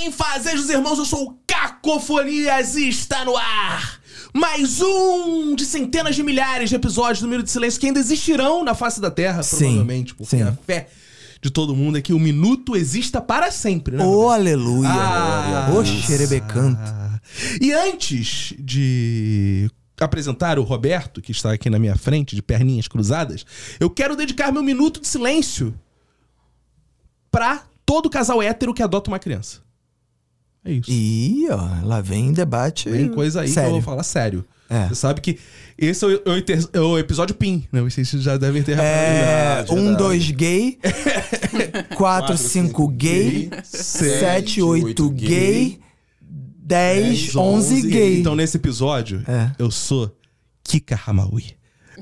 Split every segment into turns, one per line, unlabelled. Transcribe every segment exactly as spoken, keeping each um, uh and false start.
Bem, fazejos irmãos, eu sou o Cacofonias e está no ar mais um de centenas de milhares de episódios do Minuto de Silêncio que ainda existirão na face da Terra, sim, provavelmente, porque sim. a fé de todo mundo é que o minuto exista para sempre, né?
Oh, aleluia! Ah, oh, xerebecanto.
Ah. E antes de apresentar o Roberto, que está aqui na minha frente, de perninhas cruzadas, eu quero dedicar meu minuto de silêncio pra todo casal hétero que adota uma criança. É isso.
Ih, ó, lá vem debate.
Vem coisa aí sério. Que eu vou falar sério. É. Você sabe que esse é o, é o, inter, é o episódio P I N, né? Vocês já devem ter
é, um, dois gay, quatro, cinco gay, sete, oito gay, dez, onze gay.
Então nesse episódio, é. eu sou Kika Hamaui.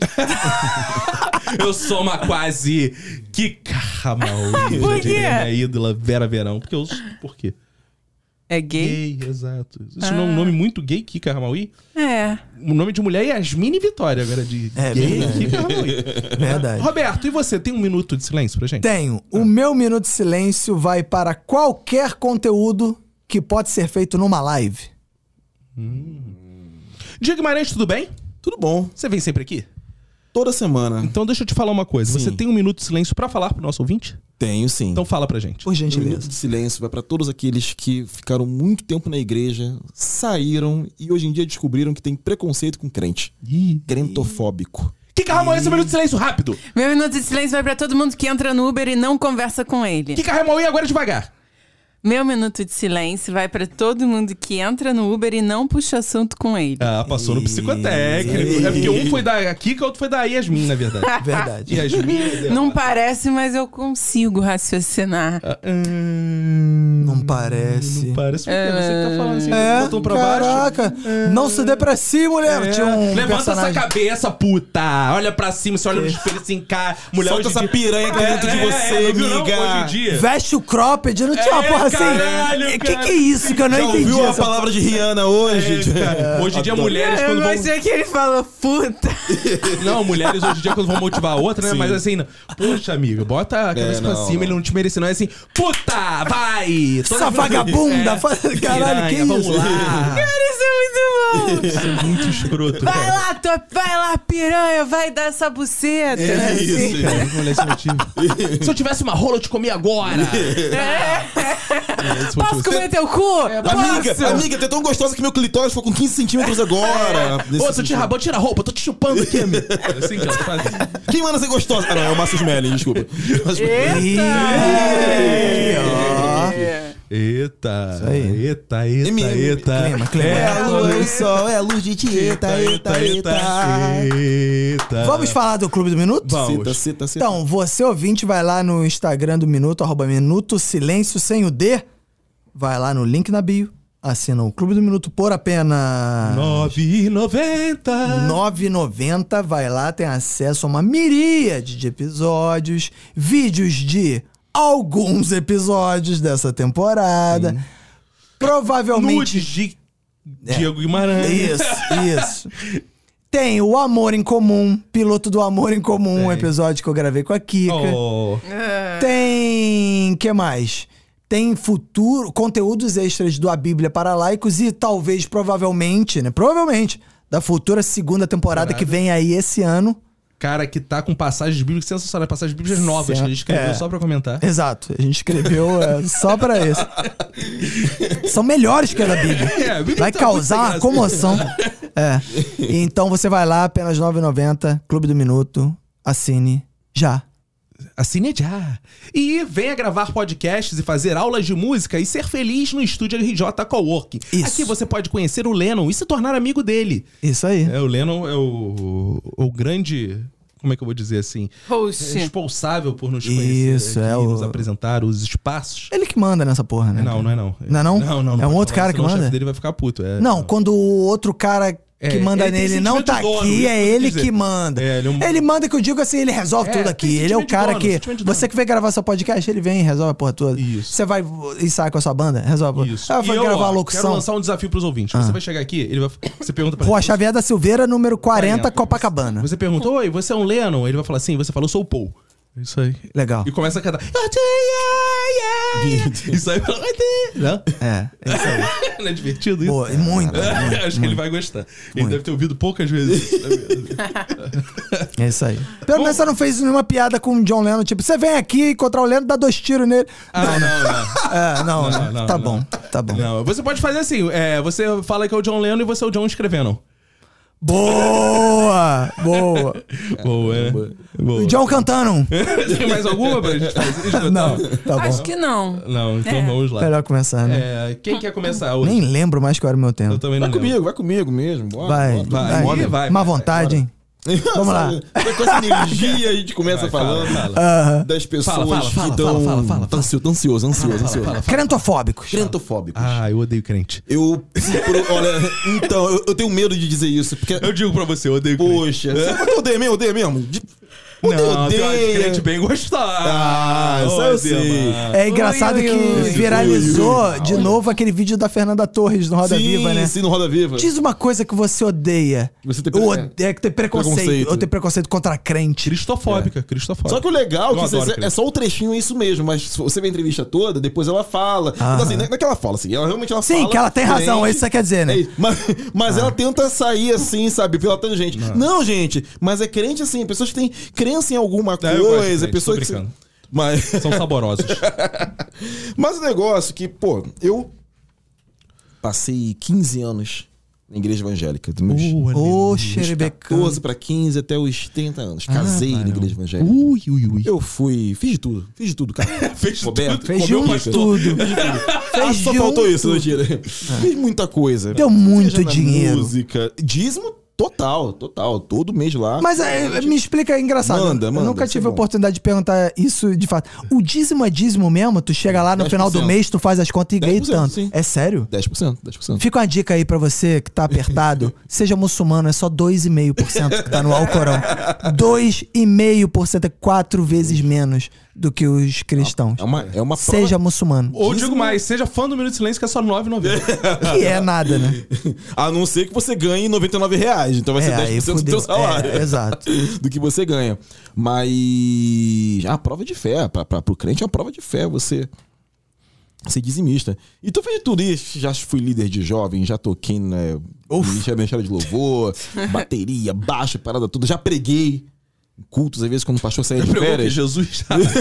Eu sou uma quase Kika Hamaui.
Por quê?
Minha ídola Vera Verão. Porque eu... Por quê?
É gay?
Gay, exato. Isso ah. não é um nome muito gay, Kika Hamaui?
É.
O nome de mulher é Yasmine Vitória, agora de
é,
gay,
verdade.
Kika Hamaui.
Verdade.
Roberto, e você? Tem um minuto de silêncio pra gente?
Tenho. Ah. O meu minuto de silêncio vai para qualquer conteúdo que pode ser feito numa live.
Hum. Diego Guimarães, tudo bem?
Tudo bom.
Você vem sempre aqui?
Toda semana.
Então deixa eu te falar uma coisa. Sim. Você tem um minuto de silêncio pra falar pro nosso ouvinte?
Tenho, sim.
Então fala pra gente.
Por gentileza.
Um minuto de silêncio vai pra todos aqueles que ficaram muito tempo na igreja, saíram e hoje em dia descobriram que tem preconceito com crente.
Ih.
Crentofóbico.
Kika Hamaui, esse minuto de silêncio, rápido.
Meu minuto de silêncio vai pra todo mundo que entra no Uber e não conversa com ele.
Kika Hamaui, agora devagar.
Meu minuto de silêncio vai pra todo mundo que entra no Uber e não puxa assunto com ele.
Ah, passou no psicotécnico. É porque um foi da Kika, outro foi da Yasmin, na verdade.
Verdade.
Yasmin.
Não parece, mas eu consigo raciocinar.
Ah, hum,
não parece.
Não parece porque é, você que tá falando assim,
é,
botou pra
caraca.
baixo. É.
Não se deprecie, mulher.
É.
Tinha um
Levanta
personagem.
essa cabeça, puta. Olha pra cima, você olha no espelho assim, cara. Mulher,
solta essa
dia...
piranha aqui dentro é, de você,
é,
amiga.
não, hoje em dia.
Veste o cropped, não tinha uma
é,
porra
caralho,
assim. O que, que é isso que eu não
Já
entendi?
ouviu a
essa...
palavra de Rihanna hoje?
É, cara, hoje em dia, mulheres
eu
quando vão...
achei que ele falou puta.
Não, mulheres hoje em dia quando vão motivar a outra, né?
Sim.
Mas assim, não. Poxa, amiga, bota a cabeça
é,
pra
não,
cima,
não.
ele não te merece, não. É assim, puta, vai!
Essa vagabunda! É. Faz... Caralho, que isso?
Vamos lá!
Cara, isso é muito bom!
Isso é muito escroto,
vai
cara.
lá, tua, vai lá, piranha, vai dar essa buceta.
É
assim.
isso.
É, se eu tivesse uma rola, eu te comia agora!
É.
É,
posso comer teu cu?
É,
amiga,
posso?
amiga, tu é tão gostosa que meu clitóris ficou com quinze centímetros agora.
É. Ô, se eu te rabou, tira a roupa, eu tô te chupando aqui, amigo. É assim que ela faz.
Quem manda ser gostosa? Ah, não, é o Márcio Smelly, desculpa.
Eita!
Eita, eita, eita, eita.
Clima, clima.
É a lua, o sol, é a luz de Tieta, eita, eita.
Eita.
Vamos falar do Clube do Minuto?
Vamos.
Cita, cita, cita.
Então, você ouvinte vai lá no Instagram do Minuto, arroba Minuto Silêncio sem o D. Vai lá no link na bio. Assina o Clube do Minuto por apenas
nove reais e noventa centavos.
nove reais e noventa centavos. Vai lá, tem acesso a uma miríade de episódios, vídeos de alguns episódios dessa temporada. Sim. Provavelmente...
Nudes de Diego Guimarães.
Isso, isso. Tem o Amor em Comum, piloto do Amor em Comum, um episódio que eu gravei com a Kika.
Oh.
Tem... que mais? Tem futuro, conteúdos extras do A Bíblia para Laicos e talvez, provavelmente, né? Provavelmente, da futura segunda temporada que vem aí esse ano.
Cara, que tá com passagens bíblicas sensacionais, passagens bíblicas novas que a gente escreveu é. só pra comentar.
Exato, a gente escreveu é, só pra isso. São melhores que a da Bíblia. É, a Bíblia vai tá causar uma comoção. É. Então você vai lá, apenas nove reais e noventa centavos, Clube do Minuto, assine já.
Assine já. E venha gravar podcasts e fazer aulas de música e ser feliz no estúdio R J Coworking.
Isso.
Aqui você pode conhecer o Lennon e se tornar amigo dele.
Isso aí.
É, o Lennon é o, o grande... Como é que eu vou dizer assim?
Host.
Responsável por nos conhecer.
Isso,
aqui,
é o...
nos apresentar os espaços.
Ele que manda nessa porra, né?
Não, não é não.
Não é não?
Não, não. não
é um outro
falar,
cara que
manda?
manda?
O chefe dele vai ficar puto. É,
não,
não,
quando o outro cara... que
é,
manda nele não tá
dono,
aqui, é ele que manda.
É, ele, é um...
ele manda que eu digo assim, ele resolve
é,
tudo aqui. Ele é o cara
dono,
que... Você que vem gravar seu podcast, ele vem e resolve a porra toda.
Isso.
Você vai ensaiar com a sua banda, resolve.
Isso.
Ah, vai
e eu,
gravar
ó,
a locução.
Quero lançar um desafio pros ouvintes. Ah. Você vai chegar aqui, ele vai... Você pergunta pra
Rua
ele.
Xavier da Silveira, número quarenta, Copacabana.
Você pergunta, oi, você é um Lennon? Ele vai falar assim, você falou, eu sou o Paul. Isso aí.
Legal.
E começa a cantar. Isso aí. Não?
É, é isso aí.
Não é divertido isso?
Pô, muito, muito,
Acho
muito.
que ele vai gostar. Ele
Muito.
deve ter ouvido poucas vezes.
É isso aí. Pelo menos você não fez nenhuma piada com o John Lennon, tipo, você vem aqui encontrar o Lennon e dá dois tiros nele.
Ah, não, não. não.
É, não,
Não,
não,
não,
tá
não.
bom, tá bom.
Não, você pode fazer assim, é, você fala que é o John Lennon e você é o John escrevendo.
Boa! Boa!
Boa, é. Boa.
O John cantando.
Tem mais alguma pra gente fazer?
Não, tá
Acho
bom.
que não.
Não, então
É.
vamos lá.
Melhor começar, né?
É, quem quer começar hoje?
Nem lembro mais qual era o meu
Eu
tempo.
também não
Vai
lembro.
comigo, vai comigo mesmo. Bora,
Vai,
bora.
vai,
vai.
vai, vai,
Má
vai,
vontade, hein? Vamos lá.
Com essa energia a gente começa
Vai, fala,
falando
fala.
Aham.
das pessoas
Fala, fala, fala,
que dão...
fala, fala, fala,
Tá ansioso, tá ansioso, ansioso, ansioso.
Crentofóbicos.
Crentofóbicos.
Ah, eu odeio crente.
Eu, por- olha, então, eu, eu tenho medo de dizer isso, porque...
Eu digo pra você, eu odeio crente.
Poxa, você odeia mesmo, odeia mesmo? De- Odeia,
Não, tem uma de
odeia.
crente bem gostosa.
Ah, isso eu sei.
É engraçado
Ui, ui,
que
ui.
viralizou
Ui, ui.
de novo aquele vídeo da Fernanda Torres no Roda
sim,
Viva, né?
sim, no Roda Viva.
Diz uma coisa que você odeia.
Que você tem
Ou
pre-
odeia que tem preconceito,
preconceito.
ou tem preconceito contra crente.
Cristofóbica, cristofóbica.
Só que o legal
Eu
é que
adoro
você-
crente.
é só o trechinho, é isso mesmo. Mas se você vê a entrevista toda, depois ela fala.
Aham.
Então, assim, não é que ela fala, assim, ela realmente ela
Sim,
fala.
que ela tem razão, é isso que você quer dizer, né?
É isso. Mas, mas ela tenta sair assim, sabe, pela tangente. Não. gente, mas é crente assim, pessoas que têm crença em alguma
Não, eu gosto de
coisa,
crente,
pessoas
tô
que.
brincando.
Mas,
São saborosos.
mas o negócio que, pô, eu passei quinze anos na igreja evangélica. Dos meus
Ô,
aleluia.
xerebecão.
catorze para quinze até os trinta anos. Casei na igreja evangélica.
Ui, ui, ui.
Eu fui, fiz de tudo, fiz de tudo, cara.
Fez
Roberto,
tudo.
Fez de
comeu
um
pastor.
tudo.
Ah,
Fez
só
de
faltou
um
isso,
tudo.
mentira. Fiz muita coisa.
Deu muito
Seja na
dinheiro.
Música, dízimo total, total, todo mês lá.
Mas é, me explica, é engraçado.
Manda,
eu
manda,
nunca
isso é
tive a
bom.
oportunidade de perguntar isso de fato. O dízimo é dízimo mesmo? Tu chega lá no
dez por
final do
cento.
mês, tu faz as contas e ganha
dez por cento,
tanto.
sim.
É sério?
dez por cento, dez por cento.
Fica uma dica aí pra você que tá apertado. Seja muçulmano, é só dois vírgula cinco por cento que tá no Alcorão. dois vírgula cinco por cento é quatro vezes menos do que os cristãos.
É uma, é uma prova-
Seja muçulmano.
Ou digo mais, seja fã do Minuto de Silêncio, que é só nove reais e noventa centavos.
Que é nada, né?
A não ser que você ganhe noventa e nove reais. Então vai ser
É, aí
dez por cento do
fudeu.
teu salário.
É, exato.
Do que você ganha. Mas a prova de fé, pra, pra, pro crente é uma prova de fé você ser dizimista. Então eu fiz tudo isso. Já fui líder de jovem, já toquei na ministério de louvor, bateria, baixo, parada tudo. Já preguei em cultos, às vezes, quando o pastor saía de
Pregou que
férias.
Jesus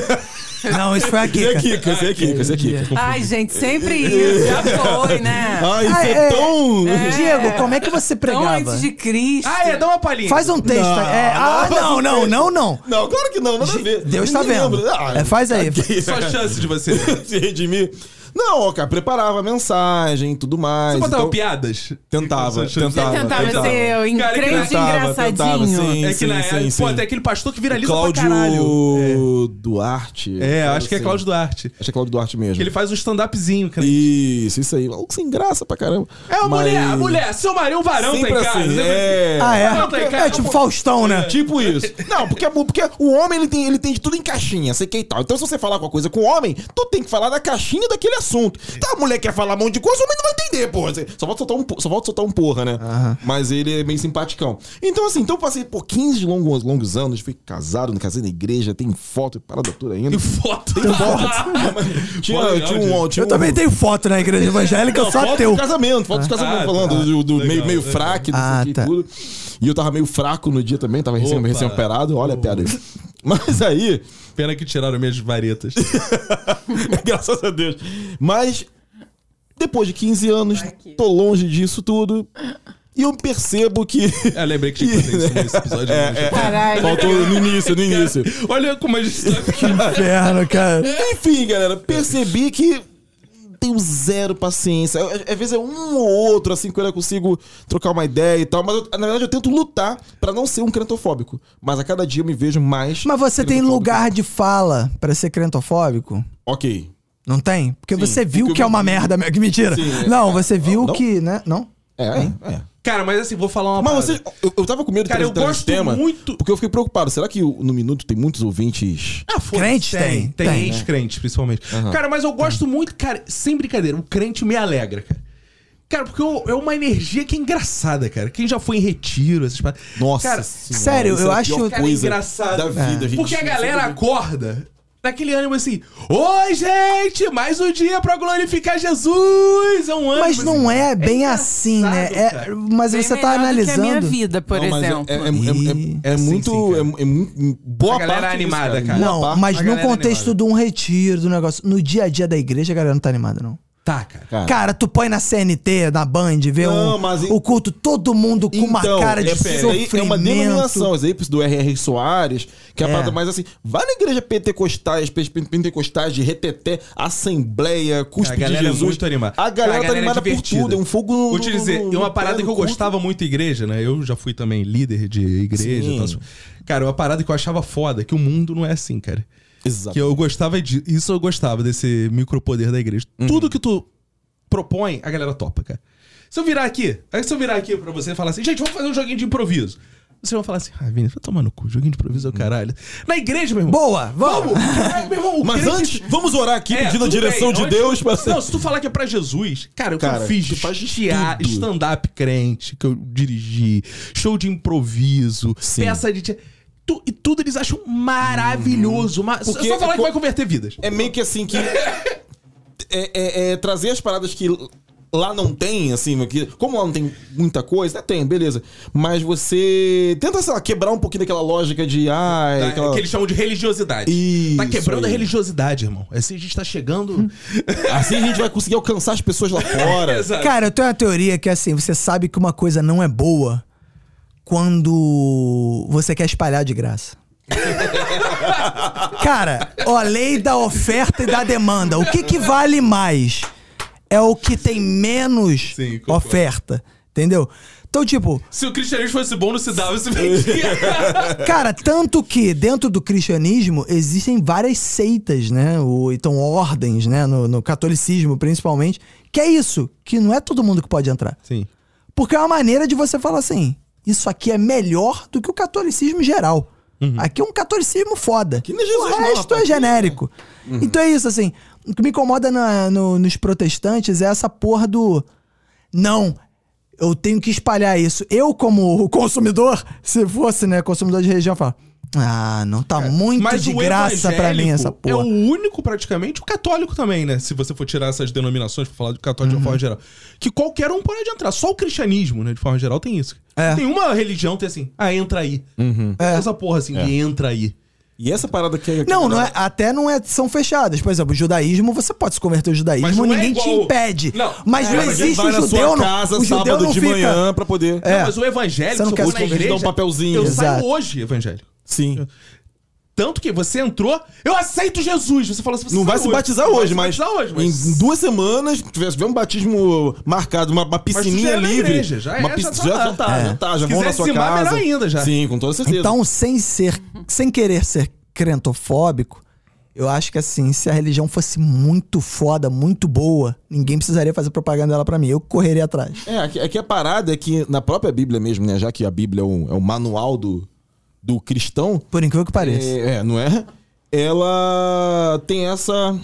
Não, isso foi aqui.
Esse é Kika, esse é Kika, esse é Kika.
Ai, gente, sempre isso. Já foi, né?
Ai, isso
Ah,
é,
é.
tão...
Diego, como é que você
Então,
pregava?
antes de Cristo.
Ah, é, dá uma palhinha.
Faz um texto.
Não,
é, ah,
não,
não, não, não, não.
Não, claro que não, nada a ver.
Deus tá
Ninguém
vendo.
lembra. Ah,
É, faz aí.
Só chance de você.
se redimir. Não, ó, cara, preparava a mensagem e tudo mais.
Você botava
então-
piadas?
Tentava,
Você
tentava.
Você tentava
tentava.
ser o
Cara,
crente
tentava,
engraçadinho.
tentava, sim.
É que na
sim,
época,
sim.
pô, tem aquele pastor que viraliza pra caralho.
Cláudio Duarte.
É, acho que é
Assim.
Cláudio Duarte.
Acho que é Cláudio Duarte mesmo.
Que ele faz um stand-upzinho, cara.
Isso, isso aí. Maluco sem graça pra caramba.
É a
Mas-
mulher, a mulher, seu marido, um varão tá em
Sempre
casa.
assim,
sempre
é.
Ah, é?
Não, tá em casa.
É tipo Faustão, né?
Tipo isso. Não, porque, porque o homem ele tem, ele tem de tudo em caixinha, sei que e tal. Então, se você falar com a coisa com o homem, tu tem que falar da caixinha daquele assunto. Então, a mulher quer falar um monte de coisa, o homem não vai entender, porra. Só volta soltar um, po- só volta soltar um porra, né?
Aham.
Mas ele é bem simpaticão. Então, assim, então eu passei por quinze longos, longos anos, fui casado, me casei na igreja, tem foto e parada toda ainda.
Tem foto.
Tem foto. tinha,
Pô, legal,
tinha um. Tinha
Eu
um-
também tenho foto na igreja evangélica,
Não,
só
foto
teu.
do casamento, foto do casamento,
Ah,
falando
tá.
do, do
Legal,
meio, meio
legal.
fraco, não
Ah,
sei o que
tá.
e tudo. E eu tava meio fraco no dia também, tava recém,
Opa.
recém-operado, olha a piada aí. Mas aí,
Pena que tiraram minhas varetas.
graças a Deus. Mas, depois de quinze anos, tô longe disso tudo. E eu percebo que.
Eu lembrei que tinha que fazer isso nesse episódio.
É,
né?
é.
Caralho.
Faltou no início, no início.
Olha como a gente tá...
Inferno, cara.
Enfim, galera, percebi que tenho zero paciência. Eu- Às vezes é um ou outro, assim, que eu consigo trocar uma ideia e tal. Mas, eu- na verdade, eu tento lutar pra não ser um crentofóbico. Mas a cada dia eu me vejo mais.
Mas você tem
crentofóbico.
lugar de fala pra ser crentofóbico?
Ok.
Não tem? Porque
Sim,
você viu
porque
que é
eu-
uma merda. Que mentira.
Sim, é.
Não, você viu
Não?
que, né? Não?
É, é. é.
Cara, mas assim, vou falar uma
Mas
parada.
você. Eu, eu tava com medo de
Cara, eu
trazer esse
gosto
tema.
muito-
Porque eu fiquei preocupado. Será que o- no Minuto tem muitos ouvintes?
Ah, foda-se.
Crente
tem.
tem,
Tem,
tem,
ex-crente, principalmente.
Aham.
Cara, mas eu gosto muito, cara, sem brincadeira, o crente me alegra, cara. Cara, porque eu- é uma energia que é engraçada, cara. Quem já foi em retiro, essas paradas.
Nossa
Cara,
senhora,
sério,
isso
eu
é a
acho-
pior
Cara, é
coisa
engraçado.
da vida. gente.
Porque a galera acorda. naquele ânimo assim, oi, gente, mais um dia pra glorificar Jesus. É um ânimo.
Mas não
assim,
é bem é assim, né? É, mas
bem
você tá analisando.
Que a minha vida, por
não,
exemplo.
É, é, é, é, é, é muito. Sim, sim, é, é muito boa
a galera
parte
animada,
disso,
cara.
Não,
parte,
mas no contexto de um retiro, do negócio. No dia a dia da igreja, a galera não tá animada, não.
Tá, cara.
Cara, cara tu põe na C N T, na Band, vê
não,
um,
mas...
o culto, todo mundo com
então,
uma cara de
é,
sofrimento.
É uma denominação, isso aí do R R Soares, que é a
É.
parada mais assim. Vai na igreja pentecostais, pentecostais de reteté, assembleia, cuspe
A galera
de Jesus.
é muito animada.
A galera,
A
tá
galera é
animada por
divertida.
tudo, é um fogo no...
Vou te dizer,
no,
e uma
no
parada
pé,
que eu
no culto.
gostava muito da igreja, né? Eu já fui também líder de igreja e tal. Cara, uma parada que eu achava foda, que o mundo não é assim, cara.
Exato.
Que eu gostava de. Isso eu gostava, desse micropoder da igreja.
Uhum.
Tudo que tu propõe, a galera topa, cara. Se eu virar aqui, aí se eu virar aqui pra você e falar assim, gente, vamos fazer um joguinho de improviso. Vocês vão falar assim, ah, Vini, vai tomar no cu, joguinho de improviso é o caralho. Na igreja, meu irmão.
Boa, vamos!
Vamos! Meu irmão, o
Mas
crente-
antes, vamos orar aqui
É,
pedindo a
tudo
direção
bem,
de
antes-
Deus pra ser...
Não, se tu falar que é pra Jesus, cara, o que
Cara,
eu fiz
tu faz de
teatro,
tudo.
stand-up crente, que eu dirigi, show de improviso,
Sim.
peça de teatro. Tu, e tudo eles acham maravilhoso. Mas
Porque
só falar
é
que vai
co-
converter vidas.
É meio que assim que... é, é- é trazer as paradas que lá não tem, assim, que, como lá não tem muita coisa, né, tem, beleza. Mas você tenta, sei lá, quebrar um pouquinho daquela lógica de... Ai,
Tá,
aquela...
Que eles chamam de religiosidade.
Isso
tá quebrando
aí.
a religiosidade, irmão. Assim a gente tá chegando.
Assim a gente vai conseguir alcançar as pessoas lá fora.
Exato.
Cara, eu tenho uma teoria que é assim, você sabe que uma coisa não é boa quando você quer espalhar de graça. Cara, ó, a lei da oferta e da demanda. O que que vale mais? É o que tem menos
Sim, concordo.
oferta, entendeu? Então, tipo,
Se o cristianismo fosse bom, não se dava esse vendia.
cara, tanto que dentro do cristianismo existem várias seitas, né? Ou então ordens, né? No, no catolicismo, principalmente. Que é isso, que não é todo mundo que pode entrar.
Sim.
Porque é uma maneira de você falar assim, isso aqui é melhor do que o catolicismo geral. Aqui é um catolicismo foda.
não é Jesus,
o
não,
resto
rapaz.
é genérico. Então é isso, assim. O que me incomoda na- no- nos protestantes é essa porra do... Não, eu tenho que espalhar isso. Eu, como consumidor, se fosse, né, consumidor de religião, eu falo... Ah, não tá muito
Mas
de
o
graça pra mim essa
evangélico é o
porra.
único, praticamente, o católico também, né? Se você for tirar essas denominações pra falar do católico de uma forma geral. Que qualquer um pode entrar. Só o cristianismo, né? De forma geral, tem isso.
É.
Nenhuma religião tem assim, ah, entra aí.
É.
Essa porra assim, de entra aí.
E essa parada que é... que
Não,
a
não é,
galera-
até não é, são fechadas. Por exemplo, o judaísmo, você pode se converter ao judaísmo,
Mas não é
ninguém te
igual-
impede.
Não.
Mas
É,
não
mas
Ninguém
existe
vai
o
na
judeu,
sua
não,
casa
o judeu
sábado
não
de
fica...
manhã pra poder...
É.
Não, mas o evangélico,
Você não
se eu
quer
for
se
na
converter,
igreja,
dá um papelzinho.
eu
Exato.
saio hoje evangélico.
Sim.
Tanto que você entrou, eu aceito Jesus. Você falou assim, você
Não vai
sai
se batizar
Não vai
hoje,
se
mas,
batizar hoje, mas...
em duas semanas, tivesse um batismo marcado, uma, uma
tu já
piscininha
é na
livre.
igreja, já é,
uma
já
pisc-
tá
já,
lá.
já tá,
É.
já tá, já
Se
vão na
quiser
sua
dizimar,
casa.
melhor ainda já.
Sim, com toda certeza.
Então, sem ser, sem querer ser crentofóbico, eu acho que assim, se a religião fosse muito foda, muito boa, ninguém precisaria fazer propaganda dela pra mim. Eu correria atrás.
É, aqui, aqui a parada é que na própria Bíblia mesmo, né? Já que a Bíblia é o, é o manual do, do cristão.
Por incrível que pareça.
É, é, não é? Ela tem essa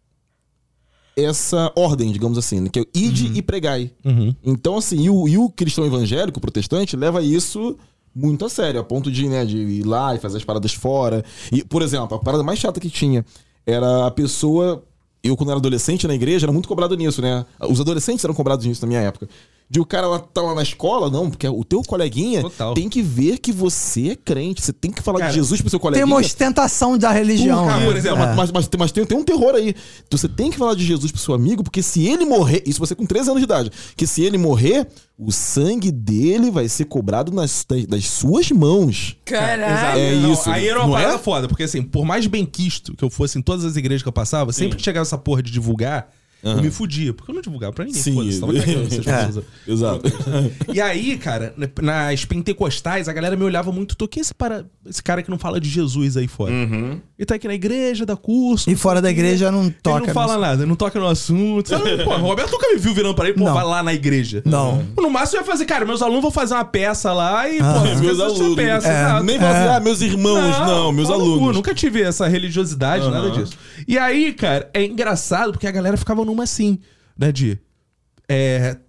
essa ordem, digamos assim, né? Que é o ide e pregai. Então, assim, e o, e o cristão evangélico, o protestante, leva isso muito a sério, a ponto de, né, de ir lá e fazer as paradas fora. E, por exemplo, a parada mais chata que tinha era a pessoa... Eu, quando era adolescente na igreja, era muito cobrado nisso, né? Os adolescentes eram cobrados nisso na minha época. De o cara lá tá lá na escola, não, porque o teu coleguinha
Total.
tem que ver que você é crente. Você tem que falar
Cara,
de Jesus pro seu
Tem
coleguinha.
uma ostentação da religião.
Cara,
né?
por exemplo,
É.
Mas, mas, tem- mas tem, tem um terror aí. Então, você tem que falar de Jesus pro seu amigo, porque se ele morrer, isso você com treze anos de idade, que se ele morrer, o sangue dele vai ser cobrado nas, das, das suas mãos.
Caralho.
É
Não,
isso,
Aí era uma
não é?
parada foda, porque assim, por mais bem quisto que eu fosse em todas as igrejas que eu passava, sempre que chegava essa porra de divulgar, eu me fudia. Porque eu não divulgava pra ninguém.
Sim.
Foda-se, tava cagando essas
É.
pessoas.
Exato.
E aí, cara, nas pentecostais, a galera me olhava muito, tô, quem é esse, para... esse cara que não fala de Jesus aí fora? Ele tá aqui na igreja, dá curso.
E fora da igreja não toca.
Ele não fala
nisso.
nada, não toca no assunto. Sabe, pô, o Roberto nunca me viu virando pra ele, pô,
Não.
vai lá na igreja.
Não.
No máximo eu ia fazer, cara, meus alunos vão fazer uma peça lá e,
Ah.
pô,
Meus
meus
alunos.
peça,
É.
exato.
Nem falar assim, ah, meus irmãos. Não, meus
fala no cu,
alunos.
Nunca tive essa religiosidade,
Aham.
nada disso. E aí, cara, é engraçado porque a galera ficava numa assim, né, de... É,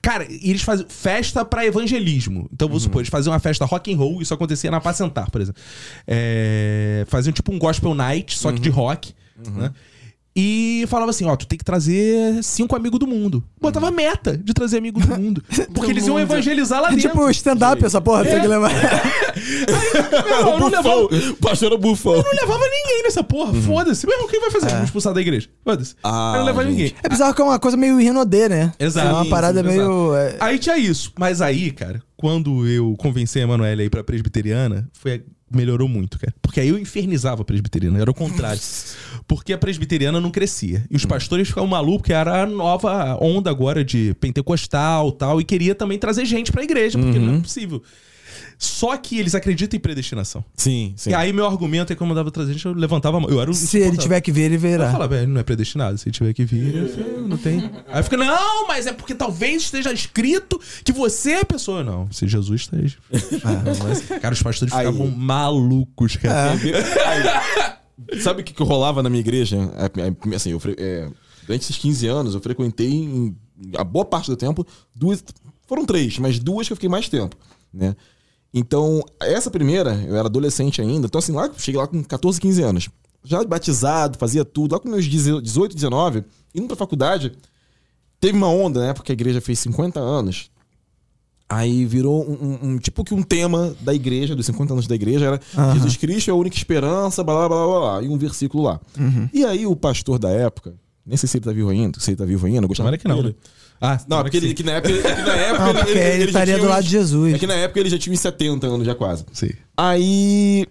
Cara, e eles faziam festa pra evangelismo. Então, vamos uhum. supor, eles faziam uma festa rock and roll, isso acontecia na Apacentar, por exemplo. É, faziam tipo um gospel night, só que uhum. de rock, uhum. né? E falava assim, ó, tu tem que trazer cinco amigos do mundo. Botava uhum. meta de trazer amigos do mundo. Porque do eles iam mundo. evangelizar lá dentro.
Tipo stand-up, essa porra, é. tem que levar.
Aí, meu irmão,
o
não
bufão,
levava...
pastor bufão.
Eu não levava ninguém nessa porra, uhum. foda-se. Meu irmão, quem vai fazer? É. Vamos expulsar da igreja. Foda-se. Ah, eu não levava ninguém.
É bizarro que é uma coisa meio Rinodê, né?
Exato.
É uma parada
sim,
meio...
É... Aí tinha isso. Mas aí, cara, quando eu convenci a Emanuele a ir pra presbiteriana, foi... melhorou muito, cara. Porque aí eu infernizava a presbiteriana, era o contrário. Porque a presbiteriana não crescia. E os pastores ficavam malucos, porque era a nova onda agora de pentecostal e tal, e queria também trazer gente pra igreja, porque uhum. não é possível. Só que eles acreditam em predestinação.
Sim, sim.
E aí meu argumento é que eu mandava trazer gente, eu levantava a mão. Eu era um
Se ele tiver que vir, ele verá.
Eu falava, ele não é predestinado. Se ele tiver que vir, eu não tem. Aí fica, não, mas é porque talvez esteja escrito que você é a pessoa. Não, se Jesus esteja. Ah, mas, cara, os pastores aí. ficavam malucos, cara.
É. Sabe o que, que rolava na minha igreja? Assim, eu, é, durante esses quinze anos, eu frequentei em, a boa parte do tempo, duas. Foram três, mas duas que eu fiquei mais tempo, né? Então, essa primeira, eu era adolescente ainda, então assim, lá cheguei lá com catorze, quinze anos. Já batizado, fazia tudo, lá com meus dezoito, dezenove, indo pra faculdade, teve uma onda, né? Porque a igreja fez cinquenta anos. Aí virou um, um, um tipo que um tema da igreja, dos cinquenta anos da igreja, era uhum. Jesus Cristo é a única esperança, blá blá blá blá blá, e um versículo lá. Uhum. E aí o pastor da época, nem sei se ele tá vivo ainda, se ele tá vivo ainda, eu gostava
que não, né?
Ah, não, porque ele, que na época, é que na época
não, porque
ele, ele,
ele estaria do lado
uns,
de Jesus.
É que na época ele já tinha uns setenta anos já quase.
Sim.
Aí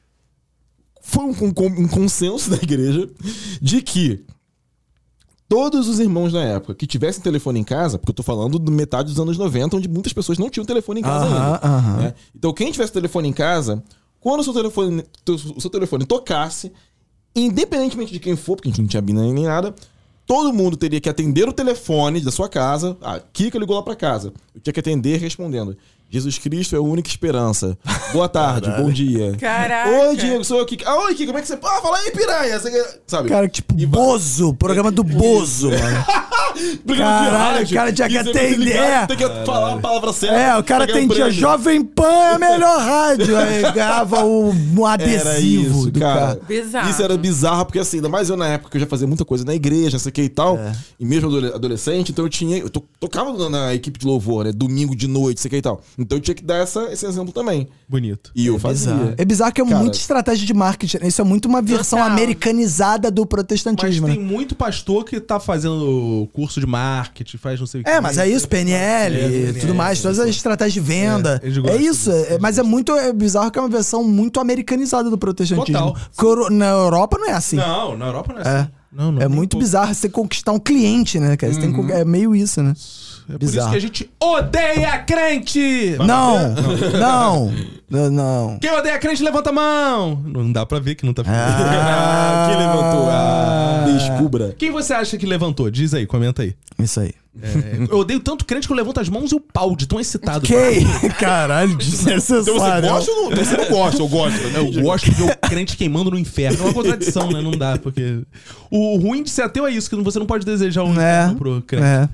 foi um, um, um consenso da igreja de que todos os irmãos na época que tivessem telefone em casa, porque eu tô falando de metade dos anos noventa, onde muitas pessoas não tinham telefone em casa uh-huh, ainda. Uh-huh. Né? Então quem tivesse telefone em casa, quando o seu telefone, o seu telefone tocasse, independentemente de quem for, porque a gente não tinha bina nem nada, todo mundo teria que atender o telefone da sua casa. Ah, Kika ligou lá pra casa. Eu tinha que atender respondendo: Jesus Cristo é a única esperança. Boa tarde, bom dia.
Caraca.
Oi, Diego, sou eu, Kika. Ah, oi, Kika, como é que você... Ah, fala aí, piranha. Você... Sabe?
Cara, tipo, e Bozo. Programa do Bozo, mano. Caralho, o cara tinha que atender.
Tem que falar a palavra certa.
É, o cara atendia Jovem Pan é a melhor rádio. Aí ganhava o, um adesivo
era isso,
do
cara.
cara.
Bizarro.
Isso era bizarro, porque assim, ainda mais eu na época que eu já fazia muita coisa na igreja, sei que e tal. É. E mesmo adolescente, então eu tinha... Eu tocava na equipe de louvor, né? Domingo de noite, sei que e tal. Então eu tinha que dar essa, esse exemplo também.
Bonito.
E eu
é
fazia.
Bizarro. É bizarro que é
cara,
muita estratégia de marketing. Isso é muito uma versão
total.
americanizada do protestantismo.
Mas tem
né?
muito pastor que tá fazendo curso de marketing, faz não sei o que.
É, mas é isso, P N L e é, tudo mais, todas as estratégias de venda. É, é isso, é, mas é muito é bizarro que é uma versão muito americanizada do protestantismo.
Total.
Na Europa não é assim.
Não, na Europa não é assim.
É,
não, não
é muito pouco. bizarro você conquistar um cliente, né, cara? Você tem que, é meio isso, né?
É por Bizarro. isso que a gente odeia crente!
Não, não, não, não.
Quem odeia crente, levanta a mão! Não dá pra ver que não tá ficando.
Ah, quem levantou? Ah, descubra.
Quem você acha que levantou? Diz aí, comenta aí.
Isso aí.
É, eu odeio tanto crente que eu levanto as mãos e o pau de tão excitado.
Que? Caralho, desnecessário.
Então você gosta ou não? Você não gosta, eu gosto. Né?
Eu gosto de ver o crente queimando no inferno. É uma contradição, né? Não dá, porque... O ruim de ser ateu é isso, que você não pode desejar um
é,
inferno pro crente.
É.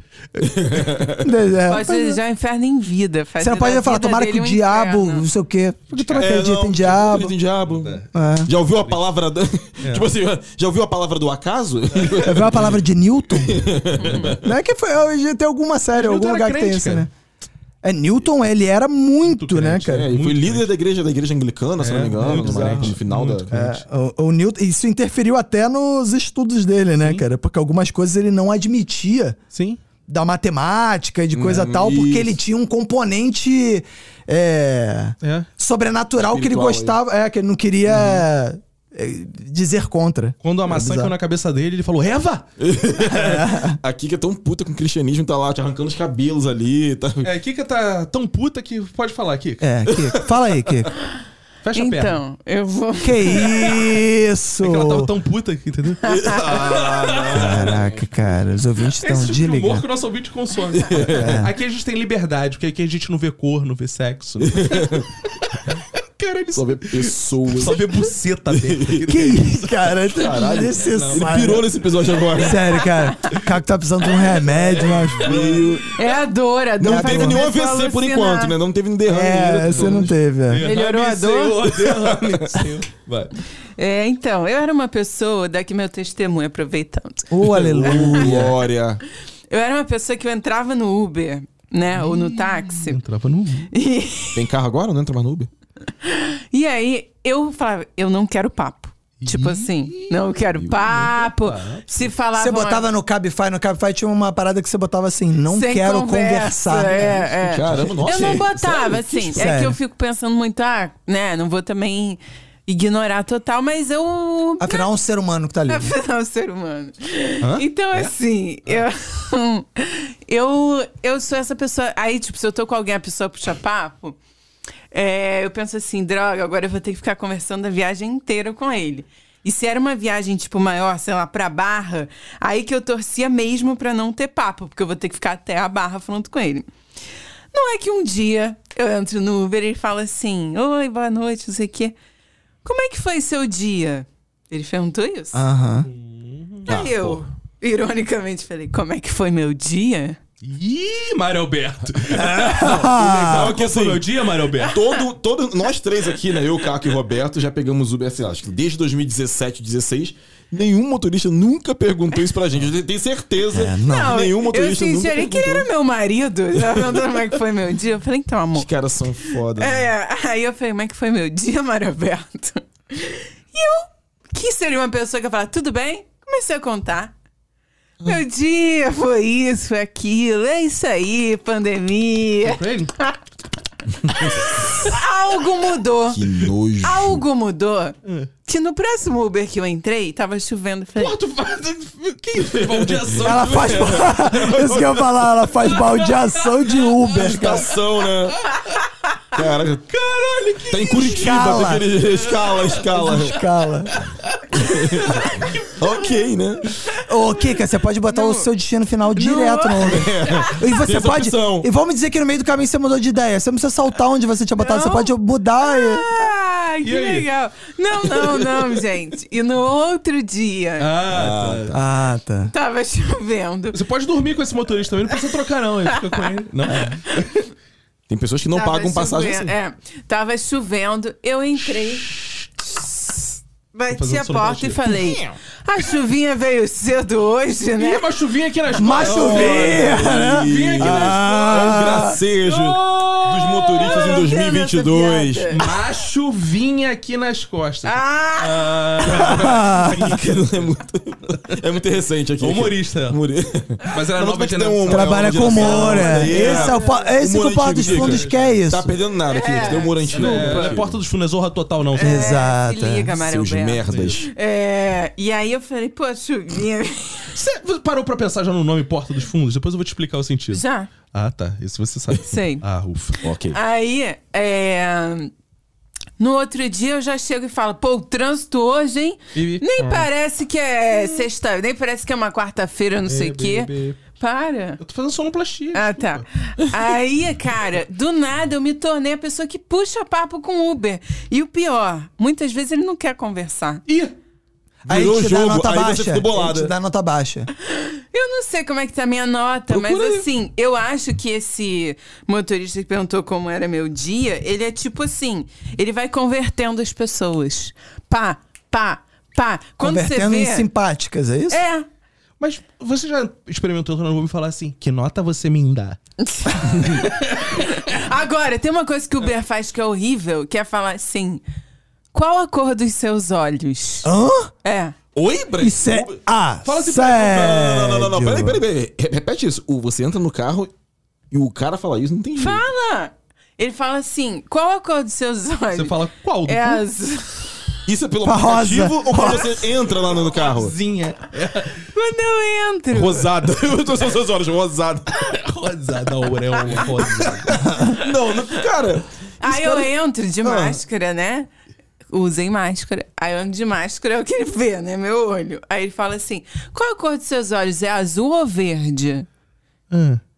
Pode desejar um inferno em vida.
Você não pode falar, tomara que o diabo, não sei o quê. Porque tu não acredita em diabo.
Acredita em diabo. É. Já ouviu a palavra... Do... É. Tipo assim, já ouviu a palavra do acaso?
Já ouviu a palavra de Newton? Não é que foi... Tem alguma série, algum lugar crente, que tem isso, cara. né? É, Newton, ele era muito, muito né, cara?
É, ele foi líder da igreja, da igreja anglicana, é, se não me engano, no, no final muito da...
É, o, o Newton, isso interferiu até nos estudos dele, né, Sim. cara? Porque algumas coisas ele não admitia.
Sim. Da
matemática e de coisa hum, tal, isso. porque ele tinha um componente é, é. sobrenatural que ele gostava, é, que ele não queria... Uhum. dizer contra.
Quando a maçã é caiu na cabeça dele, ele falou, Eva!
A Kika é tão puta com o cristianismo, tá lá te arrancando os cabelos ali. Tá...
É, a Kika tá tão puta que pode falar, Kika.
É, Kika. Fala aí, Kika.
Fecha a
então,
perna.
Então, eu vou...
Que isso!
É que ela tava tão puta, entendeu?
Ah, caraca, cara. Os ouvintes estão
desligados. Esse tipo de humor que
de
o nosso ouvinte consome. É. Aqui a gente tem liberdade, porque aqui a gente não vê cor, não vê sexo. Não... Caralho,
Só ver pessoas.
Só ver buceta dele.
Que isso, cara?
Caralho.
Necessário.
Ele pirou nesse episódio agora.
Sério, cara. O Caco tá precisando de um remédio, mas frio.
É a dor, a dor.
Não teve nenhum A V C por enquanto, né? Não teve um derrame.
É, você não teve. É.
Melhorou a dor?
Derrame, Senhor. Vai.
É, então, eu era uma pessoa, daqui meu testemunho, aproveitando.
Oh, aleluia.
Glória.
Eu era uma pessoa que eu entrava no Uber, né? Ou no táxi.
Entrava no...
E,
Tem carro agora? Não entra mais no Uber?
e aí, eu falava, eu não quero papo. Tipo assim, não quero papo. Se falava.
Você botava no Cabify, no Cabify tinha uma parada que você botava assim, não
Sem
quero
conversa,
conversar.
É, é.
Caramba, nossa.
Eu não
Sério?
botava, assim. É
Sério?
que eu fico pensando muito, ah, né? Não vou também ignorar total, mas eu.
Afinal, é um ser humano que tá ali.
Afinal, é um ser humano.
Hã?
Então, assim, eu, eu, eu sou essa pessoa. Aí, tipo, se eu tô com alguém, a pessoa puxa papo, é, eu penso assim, droga, agora eu vou ter que ficar conversando a viagem inteira com ele. E se era uma viagem, tipo, maior, sei lá, pra Barra, aí que eu torcia mesmo pra não ter papo, porque eu vou ter que ficar até a Barra falando com ele. Não é que um dia eu entro no Uber e ele fala assim, oi, boa noite, não sei o quê. Como é que foi seu dia? Ele perguntou isso.
Aham.
Aí eu, ironicamente, falei, como é que foi meu dia?
Ih, Mário Alberto. Não, o legal é que foi meu dia, Mário Alberto.
Todo, todo, nós três aqui, né? Eu, Caco e Roberto, já pegamos Uber, assim, acho que desde dois mil e dezessete, dezesseis, nenhum motorista nunca perguntou isso pra gente. Eu tenho certeza
É, não.
que nenhum motorista
eu
nunca
sugeri que ele
perguntou.
era meu marido. Já perguntando como é que foi meu dia. Eu falei, então, amor.
Os caras são foda. né?
É, aí eu falei, como é que foi meu dia, Mário Alberto? E eu, que seria uma pessoa que ia falar, tudo bem? Comecei a contar. Meu dia foi isso, foi aquilo, é isso aí, pandemia.
Pra ele?
Algo mudou.
Que nojo.
Algo mudou. Que no próximo Uber que eu entrei, tava chovendo. Falei,
Porra, tu faz... Que isso? Baldeação.
Ela faz. Isso que eu ia falar, ela faz baldeação de Uber, cara.
Estação, né? Caraca.
Caralho, que
Tá em Curitiba,
Escala.
tem aquele... Escala, escala.
Escala.
Ok, né?
Ô, Kika, você pode botar o seu destino final direto no Uber. E
Tem
você
essa
pode.
opção.
E vamos dizer que no meio do caminho você mudou de ideia. Você não precisa saltar onde você tinha botado.
Não.
Você pode mudar e.
ah, que
E aí?
legal. Não, não, não, gente. E no outro dia,
Ah, tá.
Ah, tá.
tava chovendo.
Você pode dormir com esse motorista também, não precisa trocar não, ele fica com ele. Não.
Tem pessoas que não
Tava
pagam passagem assim.
chovendo, É, tava chovendo, eu entrei, bati
fazendo
a porta
sonoplastia.
e falei, a chuvinha veio cedo hoje,
Ih,
né?
uma chuvinha aqui nas
Uma
costas.
chuvinha,
Uma chuvinha aqui nas
É o
Ah.
gracejo
Oh,
dos motoristas em dois mil e vinte e dois.
Entendo essa
Uma chuvinha aqui nas costas.
Ah,
Ah,
é, muito, é muito recente aqui.
humorista. ela.
Humori-
Mas era
Não,
nova
mas tem
geração.
um-
Trabalha
é
com
uma
humor,
geração,
é.
é.
Esse é o, po- esse que
Humor
o Porta dos
antigo,
Fundos
dica.
quer isso.
Tá perdendo nada aqui,
É.
tem humor antigo.
É, não é
aqui.
Porta dos Fundos, zorra total não.
é,
Exato,
se liga, Mário
Seus
Alberto.
merdas.
É, e aí eu falei, pô, chuvinha.
Você parou pra pensar já no nome Porta dos Fundos? Depois eu vou te explicar o sentido.
Já,
Ah, tá. Isso você sabe.
sei.
Ah, ufa.
Ok.
Aí, é... no outro dia eu já chego e falo, pô, o trânsito hoje, hein?
E-
Nem
Ah.
parece que é sexta, nem parece que é uma quarta-feira, não sei o quê.
Bebê.
Para.
Eu tô fazendo sonoplastia.
Ah, tá. Aí, cara, do nada eu me tornei a pessoa que puxa papo com o Uber. E o pior, muitas vezes ele não quer conversar.
Ih!
Aí
Virou
te dá
jogo,
nota
aí você
baixa.
ficou bolada.
Ele te dá nota baixa.
Eu não sei como é que tá a minha nota,
Procura
mas
aí.
assim, eu acho que esse motorista que perguntou como era meu dia, ele é tipo assim, ele vai convertendo as pessoas. Pá, pá, pá. Quando
Convertendo
você
em
vê...
simpáticas, é isso?
É.
Mas você já experimentou quando eu vou me falar assim, que nota você me dá?
Agora, tem uma coisa que o Uber faz que é horrível, que é falar assim, qual a cor dos seus olhos?
Hã?
É.
Oi, Breno?
Isso é. Ah,
Fala assim,
sério.
Não, não, não, não, não. Peraí, peraí, peraí. Re- Repete isso. O- Você entra no carro e o cara fala isso, não tem jeito.
Fala! Ele fala assim, qual a cor dos seus olhos?
Você fala qual? Do
É
cu?
azul.
Isso é pelo
Pra
aplicativo
rosa.
ou quando você entra lá no carro?
Rosinha.
Quando eu entro.
Rosada. Eu tô seus olhos, rosada.
Rosada, auréola, rosa.
Não, não, cara.
Aí eu entro de
Ah.
máscara, né? Usem máscara. Aí eu ando de máscara, é o que ele vê, né? Meu olho. Aí ele fala assim, qual a cor dos seus olhos? É azul ou verde?
Ah.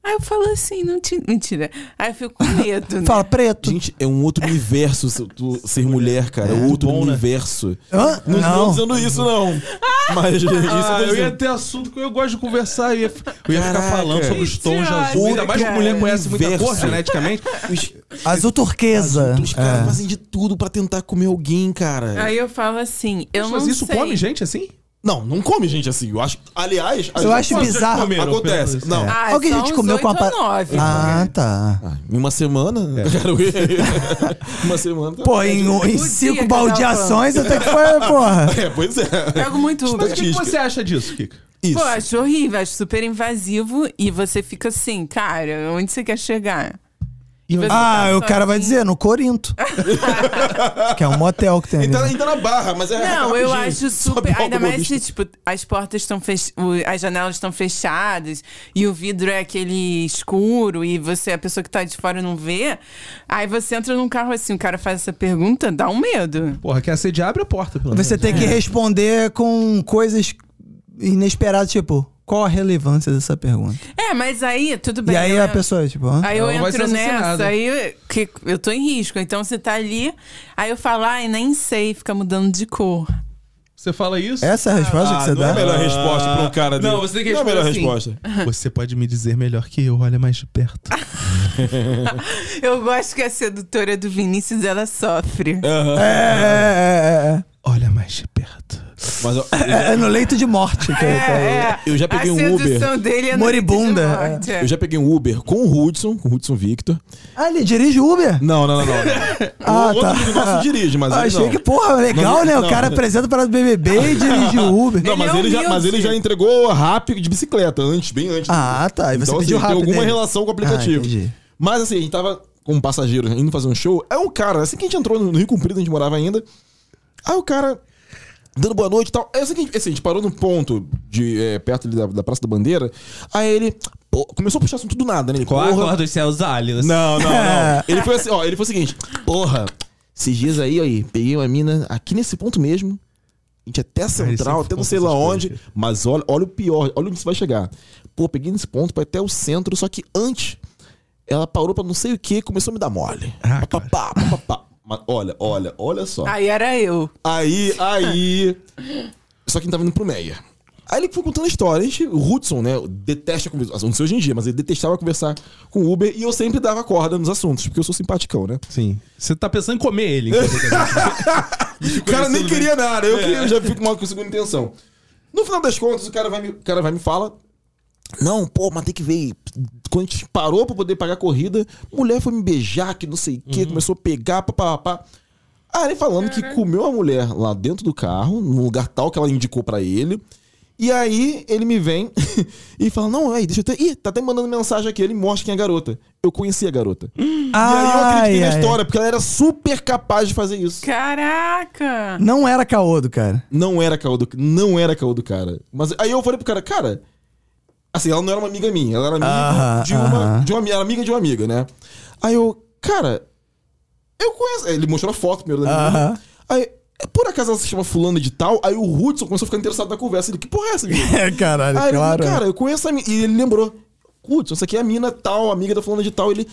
Aí eu falo assim, não te... Mentira. Aí eu fico com medo, né?
Fala preto.
Gente, é um outro universo ser, tu, ser mulher, cara. É um outro
bom,
universo.
Né? Hã?
Não,
Não.
não dizendo isso, não. Mas isso
Ah,
eu
eu ia
dizendo.
ter assunto que eu gosto de conversar. Eu ia, eu ia ficar
Caraca.
falando sobre os tons de azul. Ainda mais que
Cara.
mulher conhece muita cor
Universo.
geneticamente.
Os,
Azul turquesa.
os caras
É.
fazem de tudo pra tentar comer alguém, cara.
Aí eu falo assim, eu
Mas
não
isso
sei.
come gente assim?
Não, não come gente assim. Eu acho. Aliás,
Eu acho
Quantos já
bizarro.
comeram,
acontece.
pelo-
Não.
Ah,
Alguém
só
já te
uns
comeu com
oito
uma
ou
pa-
nove.
Ah, tá.
Ah, em uma semana, quero ver. Uma semana. Tá
Pô, em, em
dia
cinco
que eu tava
baldeações até que foi, porra.
É, pois é.
Pego muito
Mas
Uber.
o que, que você acha disso, Kika?
Isso.
Pô, acho horrível, acho super invasivo. E você fica assim, cara, onde você quer chegar? E você
Ah,
tá
o cara vai
sozinho.
dizer, no Corinto. Que é um motel que tem ali.
Então, ainda na barra, mas é.
Não, eu
rapidinho.
acho
Sobe
super.
logo
Ainda
uma
mais se,
vista.
tipo, as portas estão fech... o- as janelas estão fechadas e o vidro é aquele escuro e você, a pessoa que tá de fora não vê. Aí você entra num carro assim, o cara faz essa pergunta, dá um medo.
Porra, quer assediar, abre a porta. Pelo
Você
menos.
tem que responder com coisas inesperadas, tipo, qual a relevância dessa pergunta?
É, mas aí, tudo bem.
E aí
eu-
a pessoa, tipo, hã?
Aí eu
Ela não vai
entro
ser assassinada.
nessa, aí eu, que eu tô em risco. Então você tá ali, aí eu falo, ai, nem sei, fica mudando de cor.
Você fala isso?
Essa é a resposta que você
não é
dá?
a melhor resposta pra um cara dele.
Não, você tem que
Não é a
responder
melhor
assim.
resposta.
Você pode me dizer melhor que eu, olha mais de perto.
Eu gosto que a sedutora do Vinícius, ela sofre.
É, é, é, é,
Olha mais de perto.
Mas eu,
é. É no leito de morte. Que
É,
tá aí.
é.
Eu já peguei
a
um Uber.
sedução dele é no
Moribunda,
leito de morte, é.
eu já peguei um Uber com o Hudson, com o Hudson Victor.
Ah, ele dirige Uber?
Não, não, não, não.
Ah,
o outro
tá.
amigo nosso dirige, mas
Ah,
ele
achei
não.
que, porra, legal,
Não,
né? O
não.
cara apresenta para o B B B e dirige o Uber.
Não, mas
Ele é
ele, já, mas
humilde.
ele já entregou rápido de bicicleta, antes, bem antes.
Ah, tá. E você
Então,
pediu
assim,
rápido
tem alguma
dele.
relação com o aplicativo.
Ah, entendi.
Mas assim, a gente tava com um passageiro indo fazer um show. É um cara, assim que a gente entrou no Rio Comprido, a gente morava ainda. Aí o cara dando boa noite e tal. Aí assim, que a gente, assim, a gente parou num ponto de, é, perto ali da, da Praça da Bandeira. Aí ele pô, começou a puxar assunto do nada, né? Ele,
Qual a
porra,
cor dos céus álidos?
Não, não, não. Ele foi assim, ó, ele foi o seguinte, porra, esses dias aí, ó, aí, peguei uma mina aqui nesse ponto mesmo. A gente até a Central,
sempre
até não sei
conta
lá
essas
onde.
coisas.
Mas olha, olha o pior, olha onde você vai chegar. Pô, peguei nesse ponto pra ir até o centro, só que antes ela parou pra não sei o que, começou a me dar mole.
Ah,
pá, pá, pá, pá, pá. Mas olha, olha, olha só.
Aí era eu.
Aí, aí. Só que ele tava indo pro Meia. Aí ele foi contando a história. A gente, o Hudson, né, detesta conversar. Não sei hoje em dia, mas ele detestava conversar com o Uber e eu sempre dava corda nos assuntos, porque eu sou simpaticão, né?
Sim. Você tá pensando em comer ele. enquanto ele tá-
O cara nem queria nada, eu, queria, eu já fico mal com a segunda intenção. No final das contas, o cara vai me, o cara vai me fala. Não, pô, mas tem que ver. Quando a gente parou pra poder pagar a corrida, mulher foi me beijar, que não sei o que, começou a pegar, papapá. Ah, ele falando que comeu a mulher lá dentro do carro, num lugar tal que ela indicou pra ele. E aí ele me vem e fala: não, aí, deixa eu ter. Ih, tá até mandando mensagem aqui, ele mostra quem é a garota. Eu conheci a garota. E aí eu acreditei na
ai.
história, porque ela era super capaz de fazer isso.
Caraca!
Não era caô do cara.
Não era caô do, não era caô do cara. Mas aí eu falei pro cara, cara. Assim, ela não era uma amiga minha, ela era amiga
Aham,
de, uma,
aham.
de uma. Era amiga de uma amiga, né? Aí eu, cara, eu conheço. Ele mostrou a foto primeiro da menina.
Aham.
Aí, por acaso ela se chama fulano de tal? Aí o Hudson começou a ficar interessado na conversa. Ele, que porra é essa, menina?
É, caralho,
Aí ele,
claro.
cara, eu conheço a mina. E ele lembrou. Hudson, essa aqui é a mina tal, amiga da fulana de tal. Ele,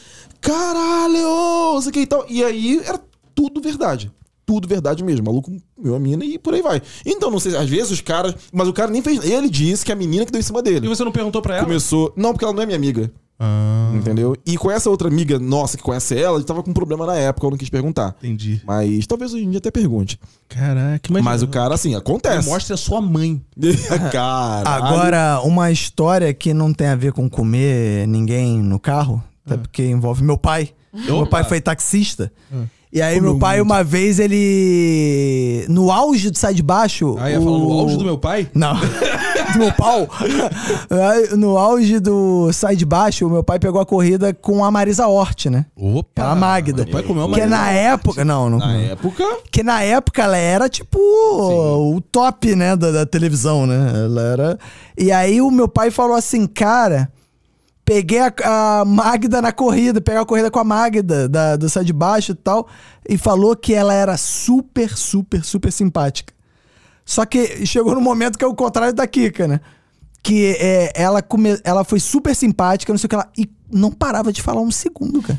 caralho, isso aqui e tal. E aí era tudo verdade. Tudo verdade mesmo. O maluco comeu a mina e por aí vai. Então, não sei, às vezes os caras. Mas o cara nem fez. Ele disse que a menina que deu em cima
E
dele.
você não perguntou pra ela?
Começou. Não, porque ela não é minha amiga.
Ah,
Entendeu? E com essa outra amiga nossa que conhece ela, ele tava com um problema na época, eu não quis perguntar.
entendi.
Mas talvez hoje em dia até pergunte.
Caraca, imagina.
Mas o cara, assim, acontece.
Mostra a sua mãe.
Cara.
Agora, uma história que não tem a ver com comer ninguém no carro, até porque envolve meu pai. Meu pai foi taxista. E aí, meu pai, uma vez, ele. No auge do Sai de Baixo.
Ah, ia falar no auge do meu pai?
Não. Do meu pau. Aí, no auge do Sai de Baixo, o meu pai pegou a corrida com a Marisa Hort, né?
Opa!
Aquela Magda.
Meu pai comeu uma
Que na época. Não, não.
Na época.
Que na época ela era tipo o top, né, da, da televisão, né? Ela era. E aí o meu pai falou assim, cara, peguei a, a Magda na corrida, peguei a corrida com a Magda da, do Sai de Baixo e tal, e falou que ela era super, super, super simpática. Só que chegou no momento que é o contrário da Kika, né? que é, ela, come, ela foi super simpática, não sei o que lá, e não parava de falar um segundo, cara.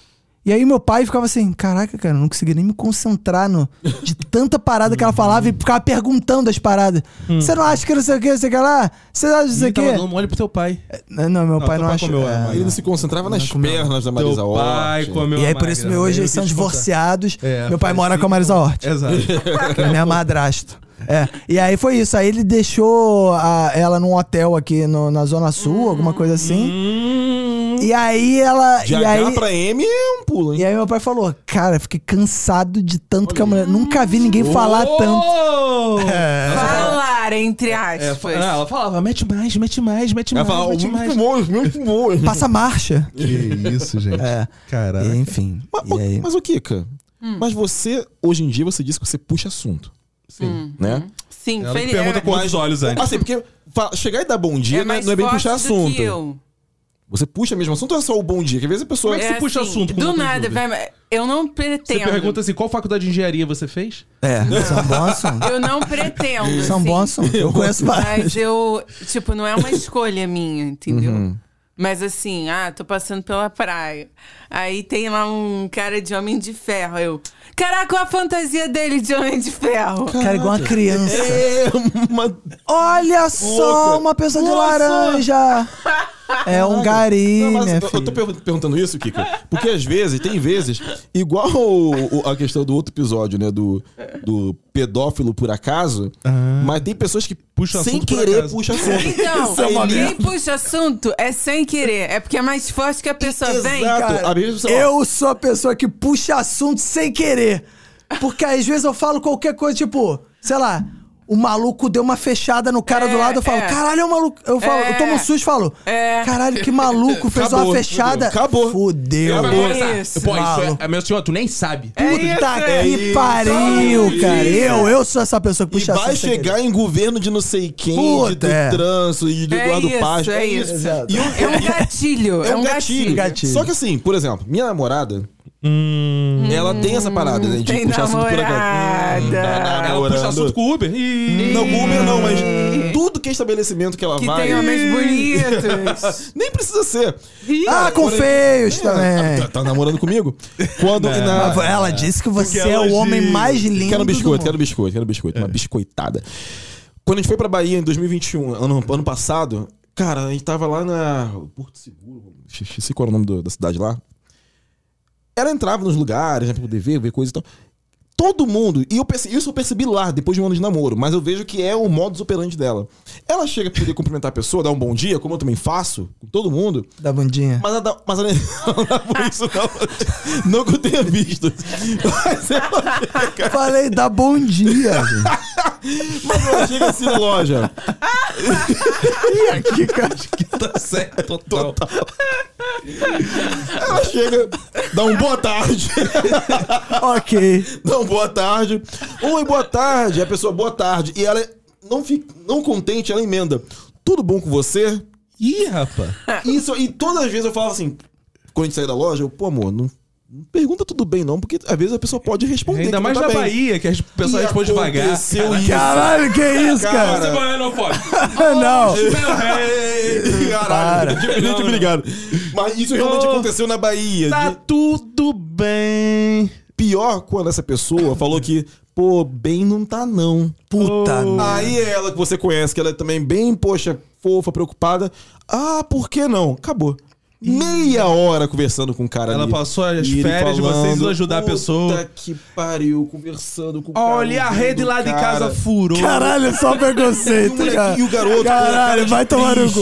E aí meu pai ficava assim, caraca, cara, eu não conseguia nem me concentrar no, de tanta parada que ela falava e ficava perguntando as paradas. Você hum. não acha que não sei o que, não sei o que lá? Você acha isso aqui?
Tava dando mole pro teu pai.
Não, não meu não, pai não acha.
Comeu,
é,
ele
não.
não se concentrava nas pernas da Marisa Hort.
Pai comeu
e aí por isso hoje eles são divorciados.
É,
meu pai mora com a Marisa Hort.
Exato.
Que é minha madrasta. É, e aí foi isso. Aí ele deixou a, ela num hotel aqui no, na Zona Sul, hum, alguma coisa assim. Hum, e aí ela.
De
e
H
aí,
pra M é um pulo, hein?
E aí meu pai falou: cara, fiquei cansado de tanto que a mulher. Nunca vi ninguém oh! falar tanto.
É. Falar, entre aspas.
É, ela falava: mete mais, mete mais, mete mais. Ela falava:
mete
muito
mais. Muito bom.
Passa marcha.
Que isso, gente.
É.
Caraca.
E, enfim.
Mas,
e aí...
mas o Kika, hum. mas você, hoje em dia, você disse que você puxa assunto.
Sim. Hum.
Né?
Sim,
ela pergunta com os olhos antes.
Assim, porque chegar e dar bom dia é não, é, não é bem puxar assunto.
Eu.
Você puxa mesmo assunto ou é só o bom dia? Que às vezes a pessoa...
Como é que
é
você puxa
assim,
assunto?
Do nada, vai, eu não pretendo.
Você pergunta assim, qual faculdade de engenharia você fez?
É, isso é um bom assunto.
Eu não pretendo.
Isso é um
assim,
bom assunto. Eu conheço vários.
Mas eu, tipo, não é uma escolha minha, entendeu?
Uhum.
Mas assim, ah, tô passando pela praia. Aí tem lá um cara de Homem de Ferro. Eu, caraca, qual a fantasia dele de Homem de Ferro?
Cara, igual uma criança.
É uma...
Olha só, louca. Uma pessoa de Nossa. laranja. É um gari, não, mas
né,
eu,
eu tô perguntando isso, Kika, porque às vezes, tem vezes, igual o, o, a questão do outro episódio, né, do, do pedófilo por acaso, ah. mas tem pessoas que puxa sem querer puxa assunto.
Então, é quem puxa assunto é sem querer, é porque é mais forte que a pessoa
Exato.
vem.
Cara,
a pessoa...
eu sou a pessoa que puxa assunto sem querer, porque às vezes eu falo qualquer coisa, tipo, sei lá... O maluco deu uma fechada no cara é, do lado, eu falo, é. caralho, é um maluco. Eu, falo, é. eu tomo um susto e falo, é. caralho, que maluco, fez acabou, uma fechada.
Acabou.
Fudeu.
É isso.
Pô, isso é, é meu senhor, tu nem sabe.
É
Puta
isso,
que
é
pariu,
isso.
cara. Eu, eu sou essa pessoa que puxa
e vai chegar em governo de não sei quem, Puta, de, do é. trânsito e do
é
Eduardo
isso,
Paz.
É isso.
E
eu, é um gatilho.
É um gatilho. gatilho. Só que assim, por exemplo, minha namorada... Hum, ela tem essa parada, né? De
tem
puxar
namorada.
assunto por aqui. Hum,
tá ela puxa assunto com o Uber.
Ih. Não, com o Uber não, mas tudo que é estabelecimento que ela
que
vai.
Que tem homens bonitos.
Nem precisa ser.
Ah, com feios é, também.
Tá, tá namorando comigo? Quando
é,
na...
Ela disse que você é o homem diz... mais lindo.
Quero um biscoito, quero um biscoito, quero um biscoito. É. Uma biscoitada. Quando a gente foi pra Bahia em dois mil e vinte e um, ano, ano passado, cara, a gente tava lá na Porto Seguro. Esqueci qual era o nome do, da cidade lá. Ela entrava nos lugares, né, pra poder ver, ver coisa e tal. Todo mundo, e eu percebi, isso eu percebi lá, depois de um ano de namoro, mas eu vejo que é o modus operandi dela. Ela chega pra poder cumprimentar a pessoa, dar um bom dia, como eu também faço, com todo mundo.
Dá bundinha.
Mas ela, dá, mas ela não dá por isso, não. Não que eu tenha visto. Mas ela chega...
Falei, dá bom dia.
Mas ela chega assim na loja.
E aqui, cara, acho que tá certo. Total. Total.
Ela chega, dá um boa tarde.
Ok.
Dá um boa tarde. Oi, boa tarde. A pessoa, boa tarde. E ela, não, fica, não contente, ela emenda. Tudo bom com você?
Ih, rapaz.
Isso, e todas as vezes eu falo assim, quando a gente sair da loja, eu, pô, amor, não... Não pergunta tudo bem, não, porque às vezes a pessoa pode responder.
Ainda mais
tá
na
bem.
Bahia, que a pessoa e responde devagar.
Isso.
Caralho, que isso, cara?
Você vai, não pode.
Não.
Caralho, diferente, obrigado. Mas isso realmente oh, aconteceu na Bahia.
Tá
de...
tudo bem.
Pior quando essa pessoa falou que, pô, bem não tá não.
Puta
oh. Aí ela que você conhece, que ela é também bem, poxa, fofa, preocupada. Ah, por que não? Acabou. Meia hora conversando com o cara
Ela
ali.
passou as férias de vocês indo ajudar a pessoa.
Puta que pariu, conversando com o cara.
Olha, a rede lá de casa furou.
Caralho, só preconceito,
e, o
cara.
e o garoto...
Caralho, vai tomar no cu.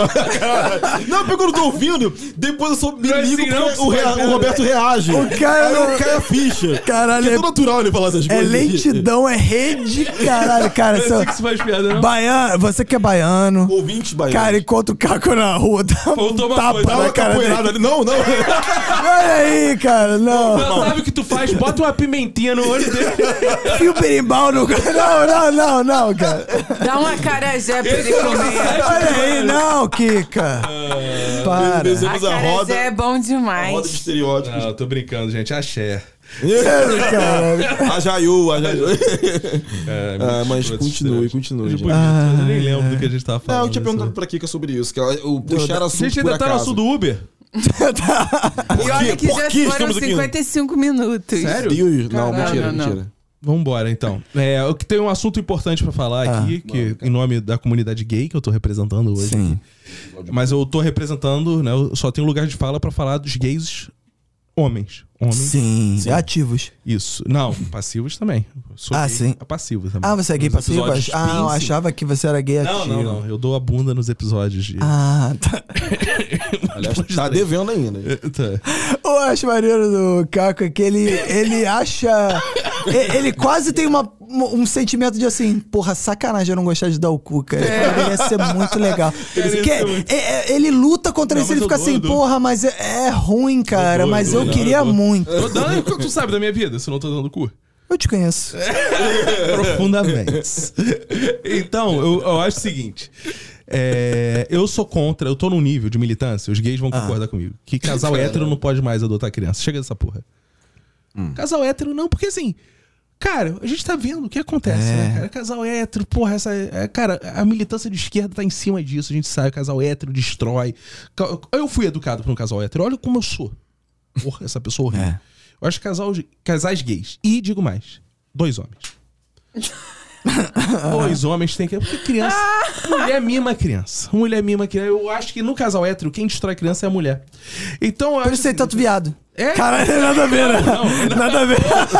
Não, porque eu não tô ouvindo. Depois eu sou me
não,
ligo
assim, não,
porque o, rea, o Roberto reage.
O cara...
Aí não cai a ficha.
Caralho.
É tão natural ele falar essas
é
coisas.
É lentidão, é rede, caralho. Cara,
não seu... que você faz piada, não?
Baiano, você que é baiano.
Ouvinte baiano.
Cara, encontra o Caco na rua, dá
Faltou uma
tapa
coisa.
na cara dele.
Não, não.
Olha aí, cara, não.
Não, não. Sabe o que tu faz? Bota uma pimentinha no olho dele.
Fio berimbau no... Não, não, não, não, cara.
Dá uma acarajé pra ele comer.
Olha aí, não, Kika.
Uh,
Para.
A
roda é bom demais.
A roda de estereótipos.
Não, eu tô brincando, gente. Axé.
A Jaiu, a Jaiu. É, ah, mas continue, continue. Gente.
Ah, eu nem lembro do que a gente tava falando.
Não, eu tinha perguntado pra Kika sobre isso. Que ela, o puxar assunto.
A gente ainda tá no assunto do Uber.
E olha que já
que
foram cinquenta e cinco minutos.
Sério?
Deus, não,
Caralho,
mentira,
não,
mentira.
Vambora, então. É, eu tenho um assunto importante pra falar
Ah,
aqui, que, em nome da comunidade gay que eu tô representando hoje.
Sim.
Mas eu tô representando, né? Eu só tenho lugar de fala pra falar dos gays homens. Homens.
Sim, Sim. ativos.
Isso. Não, passivos também. Eu sou
Ah,
gay
sim.
passivo também.
Ah, você é gay
Nos
passivo?
episódios
Ah, eu
Spin, sim.
achava que você era gay
Não,
ativo.
não, não. Eu dou a bunda nos episódios de...
Ah, tá.
Aliás, tá devendo ainda.
Tá.
Eu acho maneiro do Caco é que ele, ele acha... e- Ele quase tem uma, um sentimento de assim, porra, sacanagem eu não gostar de dar o cu, cara. Cara, ia ser muito legal.
Cara, ia
Porque
ser muito-
é- é- ele luta contra
Não,
isso, ele
mas
fica
eu dou,
assim,
eu dou.
porra, mas é, é ruim, cara,
Eu dou,
mas
eu
eu,
dou,
queria
eu dou.
muito.
Tô dando, tu sabe da minha vida, se eu não tô dando cu.
Eu te conheço.
Profundamente. Então, eu, eu acho o seguinte. é, eu sou contra, eu tô num nível de militância, os gays vão concordar comigo, que casal hétero não pode mais adotar criança. Chega dessa porra.
Hum.
Casal hétero não, porque assim, cara, a gente tá vendo o que acontece,
É.
né, cara? Casal hétero, porra, essa. é, Cara, a militância de esquerda tá em cima disso, a gente sabe, casal hétero destrói. Ca- Eu fui educado por um casal hétero, olha como eu sou. Porra, essa pessoa horrível.
É.
Eu acho casal, casais gays. E digo mais, dois homens. Dois homens tem que. Porque criança. Mulher mima criança. Mulher mima criança. Eu acho que no casal hétero, quem destrói criança é a mulher. Então eu
Por
acho.
isso tem tanto viado.
É?
Caralho, nada a ver, né?
Não, não.
Nada a ver.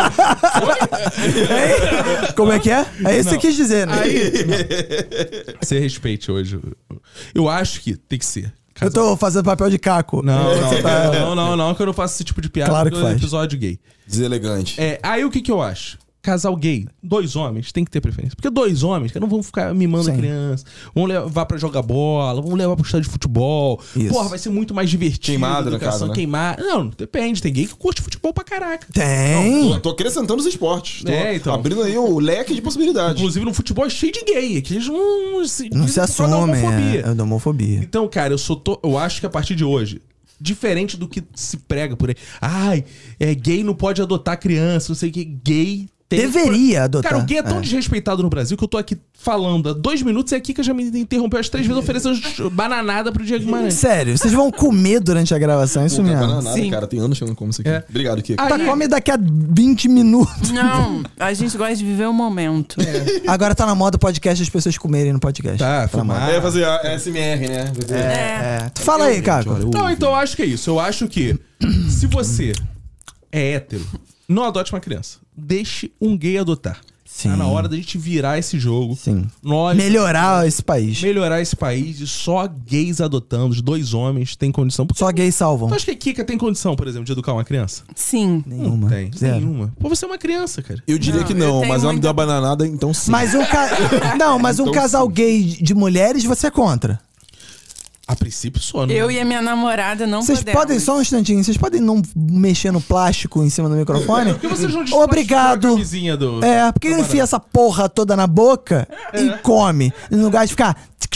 Hein? Como é que é? É isso que você quis dizer, né?
Aí. Você respeite hoje. Eu acho que tem que ser.
Eu tô fazendo papel de Caco.
Não, não,
Você tá-
não, não, não, que eu não faço esse tipo de piada
Claro que
no
faz.
episódio gay.
Deselegante.
É, aí o que que eu acho? Casal gay, dois homens, tem que ter preferência. Porque dois homens, cara, não vão ficar mimando
Sim.
a criança, vão levar pra jogar bola, vão levar pro estádio de futebol.
Isso.
Porra, vai ser muito mais divertido.
Queimado, no
educação,
caso, né?
Queimado. Não, depende. Tem gay que curte futebol pra caraca.
Tem.
Tô, tô acrescentando os esportes. Tô
É, então.
abrindo aí o leque de possibilidades.
Inclusive no futebol é cheio de gay, que eles não se,
Não se
por causa da
assumem.
homofobia.
É, é da homofobia.
Então, cara, eu sou to... eu acho que a partir de hoje, diferente do que se prega por aí, ai, é gay não pode adotar criança, não sei o que, gay tem...
Deveria adotar.
Cara, o gay é tão
É.
desrespeitado no Brasil que eu tô aqui falando há dois minutos e aqui que já me interrompeu as três vezes oferecendo bananada pro Diego Guimarães.
Sério, vocês vão comer durante a gravação, é isso
Pô,
mesmo.
bananada,
Sim.
cara. Tem anos que eu não como isso aqui.
É.
Obrigado, Kika.
Ah,
Tá,
Aí-
come daqui a vinte minutos.
Não, a gente gosta de viver o momento.
Agora tá na moda o podcast as pessoas comerem no podcast.
Tá,
na
fumar.
moda.
É fazer a S M R, né?
É.
É. Tu fala aí, Caco.
Não, então eu acho que é isso. Eu acho que se você é hétero, não adote uma criança. Deixe um gay adotar.
Sim.
Tá na hora da gente virar esse jogo.
Sim.
Nós
Melhorar esse país.
melhorar esse país e só gays adotando, os dois homens têm condição. Porque
Só gays salvam.
tu acha que a Kika tem condição, por exemplo, de educar uma criança?
Sim.
Nenhuma.
Não tem.
Zero.
Nenhuma. Pô, você é uma criança, cara.
Eu diria
Não,
que
eu
não,
tenho
mas ela me
muita-
deu a bananada, então sim.
Mas um ca... Não, mas um
Então,
casal
sim.
gay de mulheres você é contra.
A princípio só, né?
Eu e a minha namorada não
Vocês
podemos.
podem, só um instantinho, vocês podem não mexer no plástico em cima do microfone?
Por que vocês não desplasticam a
Obrigado.
camisinha do...
É, porque
do
ele enfia
barato?
essa porra toda na boca e come. No lugar de ficar.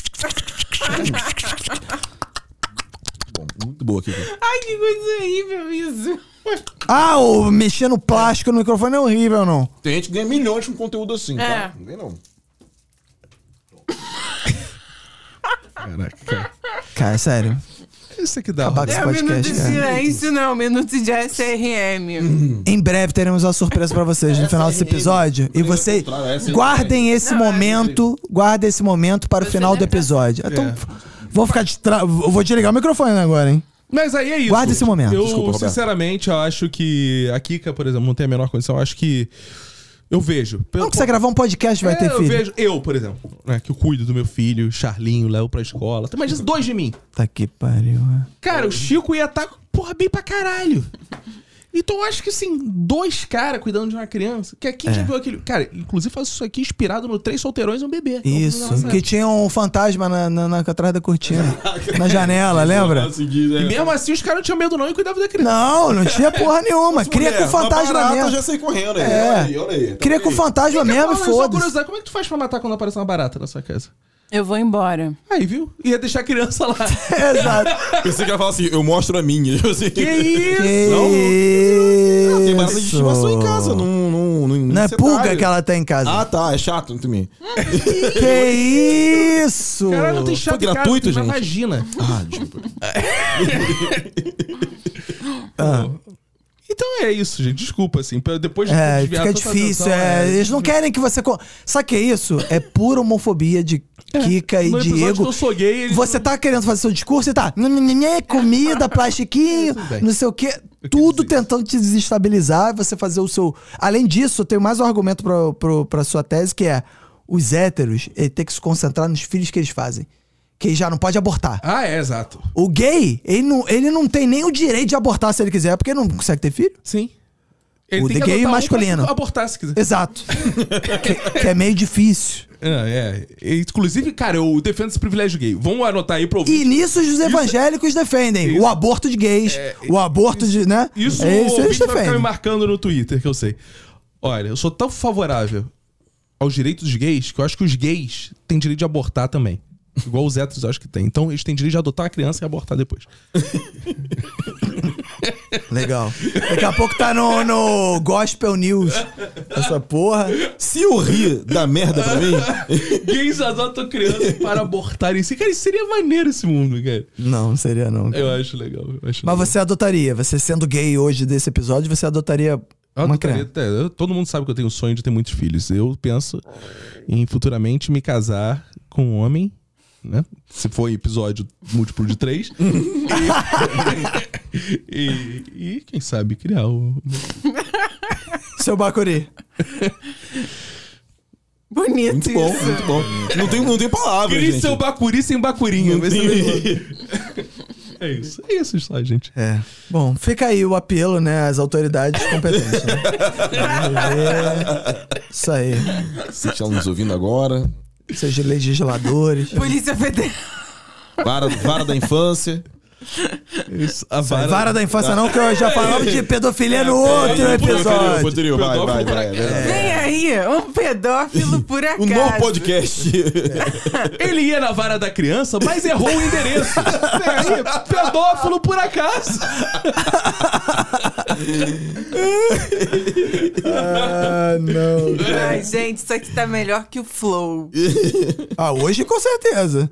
Bom, muito boa, Kika.
Ai, que coisa horrível isso.
Ah, o mexer no plástico no microfone é horrível, não.
Tem gente que ganha milhões com conteúdo assim,
É.
tá? Não vem não.
Caraca, cara.
Cara, sério.
Isso aqui dá.
Acabar com
roda.
esse
É o minuto
podcast,
de
cara.
silêncio, não. Minuto de S R M.
Em breve teremos uma surpresa pra vocês no final desse episódio. E vocês guardem esse momento, guardem esse momento para o final do episódio. Então, vou ficar distra... Eu vou desligar o microfone agora, hein?
Mas aí é isso.
Guarda esse momento.
Eu,
Desculpa, Roberto.
sinceramente, eu acho que a Kika, por exemplo, não tem a menor condição. Eu acho que... Eu vejo.
Não que você gravar um podcast vai
É,
ter
eu
filho.
vejo, eu, por exemplo, né, que eu cuido do meu filho, Charlinho, levo pra escola. Tem mais dois de mim.
Tá que pariu. é.
Cara, o Chico ia estar, porra, bem pra caralho. Então eu acho que, assim, dois caras cuidando de uma criança. Que aqui já viu aquele... Cara, inclusive faz isso aqui inspirado no Três Solteirões e um Bebê.
Isso. Que tinha um fantasma na, na, na- atrás da cortina. Na janela, lembra?
E mesmo assim os caras não tinham medo não e cuidavam da criança.
Não, não tinha porra nenhuma. Cria com fantasma
barata, eu
mesmo.
já saí correndo aí.
É.
Olha aí, olha aí. Tá
Cria com
ok.
fantasma mesmo e
Fala, só
foda-se.
curiosidade, como é que tu faz pra matar quando aparece uma barata na sua casa?
Eu vou embora.
Aí, viu? Ia deixar a criança lá.
Exato.
Pensei que ia falar assim, eu mostro a minha. Assim.
Que isso?
Que
Não, tem barata de
isso?
estimação em casa. Não, não, não,
Não é pulga que ela tem em casa.
Ah, tá. É chato, não tem.
Que isso?
Caralho, não tem chato
Foi gratuito,
em casa, tem uma
gente?
vagina.
Ah, desculpa.
Ah.
Então é isso, gente. Desculpa, assim. Depois de
É,
desviar
fica
tanta
difícil.
atenção,
É. Eles não querem que você. co- Sabe o que é isso? É pura homofobia de Kika e
No episódio
Diego.
que eu sou gay, eles
Você tá querendo fazer seu discurso e tá. nhanhanhanhã, comida, plastiquinho,
Tudo bem.
não sei o quê.
Eu
Tudo
quis dizer
tentando te desestabilizar e você fazer o seu. Além disso, eu tenho mais um argumento pra, pra, pra sua tese, que é: os héteros eh, têm que se concentrar nos filhos que eles fazem. Que ele já não pode abortar.
Ah, é, exato.
O gay, ele não, ele não tem nem o direito de abortar se ele quiser, porque ele não consegue ter filho.
Sim. Ele
O
tem que
gay
adotar um
masculino.
pra abortar, se quiser.
Exato. que, que é meio difícil.
É, é. Inclusive, cara, eu defendo esse privilégio gay. Vamos anotar aí pra ouvir.
E nisso os evangélicos defendem
isso.
o aborto de gays,
É,
o aborto de, né?
Isso
é
o
isso eles
ouvinte vai ficar me
defendem.
marcando no Twitter, que eu sei. Olha, eu sou tão favorável aos direitos dos gays que eu acho que os gays têm direito de abortar também. Igual os héteros eu acho que tem. Então eles têm direito de adotar uma criança e abortar depois.
Legal. Daqui a pouco tá no, no Gospel News. Essa porra.
Se eu rir da merda pra mim...
Gays adotam criança para abortarem si. Cara, isso seria maneiro esse mundo, cara.
Não, não seria não. cara.
Eu acho legal. Eu acho
Mas
legal.
você adotaria, você sendo gay hoje desse episódio, você adotaria
Eu
uma
adotaria
criança.
até- eu- todo mundo sabe que eu tenho o sonho de ter muitos filhos. Eu penso em futuramente me casar com um homem, né? Se for episódio múltiplo de três. e, e, e, quem sabe criar o.
Seu Bacuri.
Bonito
Muito bom,
isso.
muito bom. Não tem, não tem palavras,
Crie
gente.
seu bacuri sem bacurinha.
Não
Vai ser
tem-
melhor. É isso. É isso só, gente.
É. Bom, fica aí o apelo, né, às autoridades competentes. Né? Vamos ver. Isso aí.
Vocês estão nos ouvindo agora.
Seus legisladores.
Polícia Federal.
Vara, vara da infância.
Isso. A
Vara,
vara.
da infância não, que eu já falava de pedofilia no
É,
outro
posterior,
episódio.
posterior, vai, vai,
Pedófilo
vai.
pra-
vai.
Vem aí, um pedófilo por acaso.
Um novo podcast.
Ele ia na vara da criança, mas errou o endereço. Peraí, pedófilo por acaso.
Ah, não.
Ai, gente, isso aqui tá melhor que o Flow.
Ah, hoje com certeza.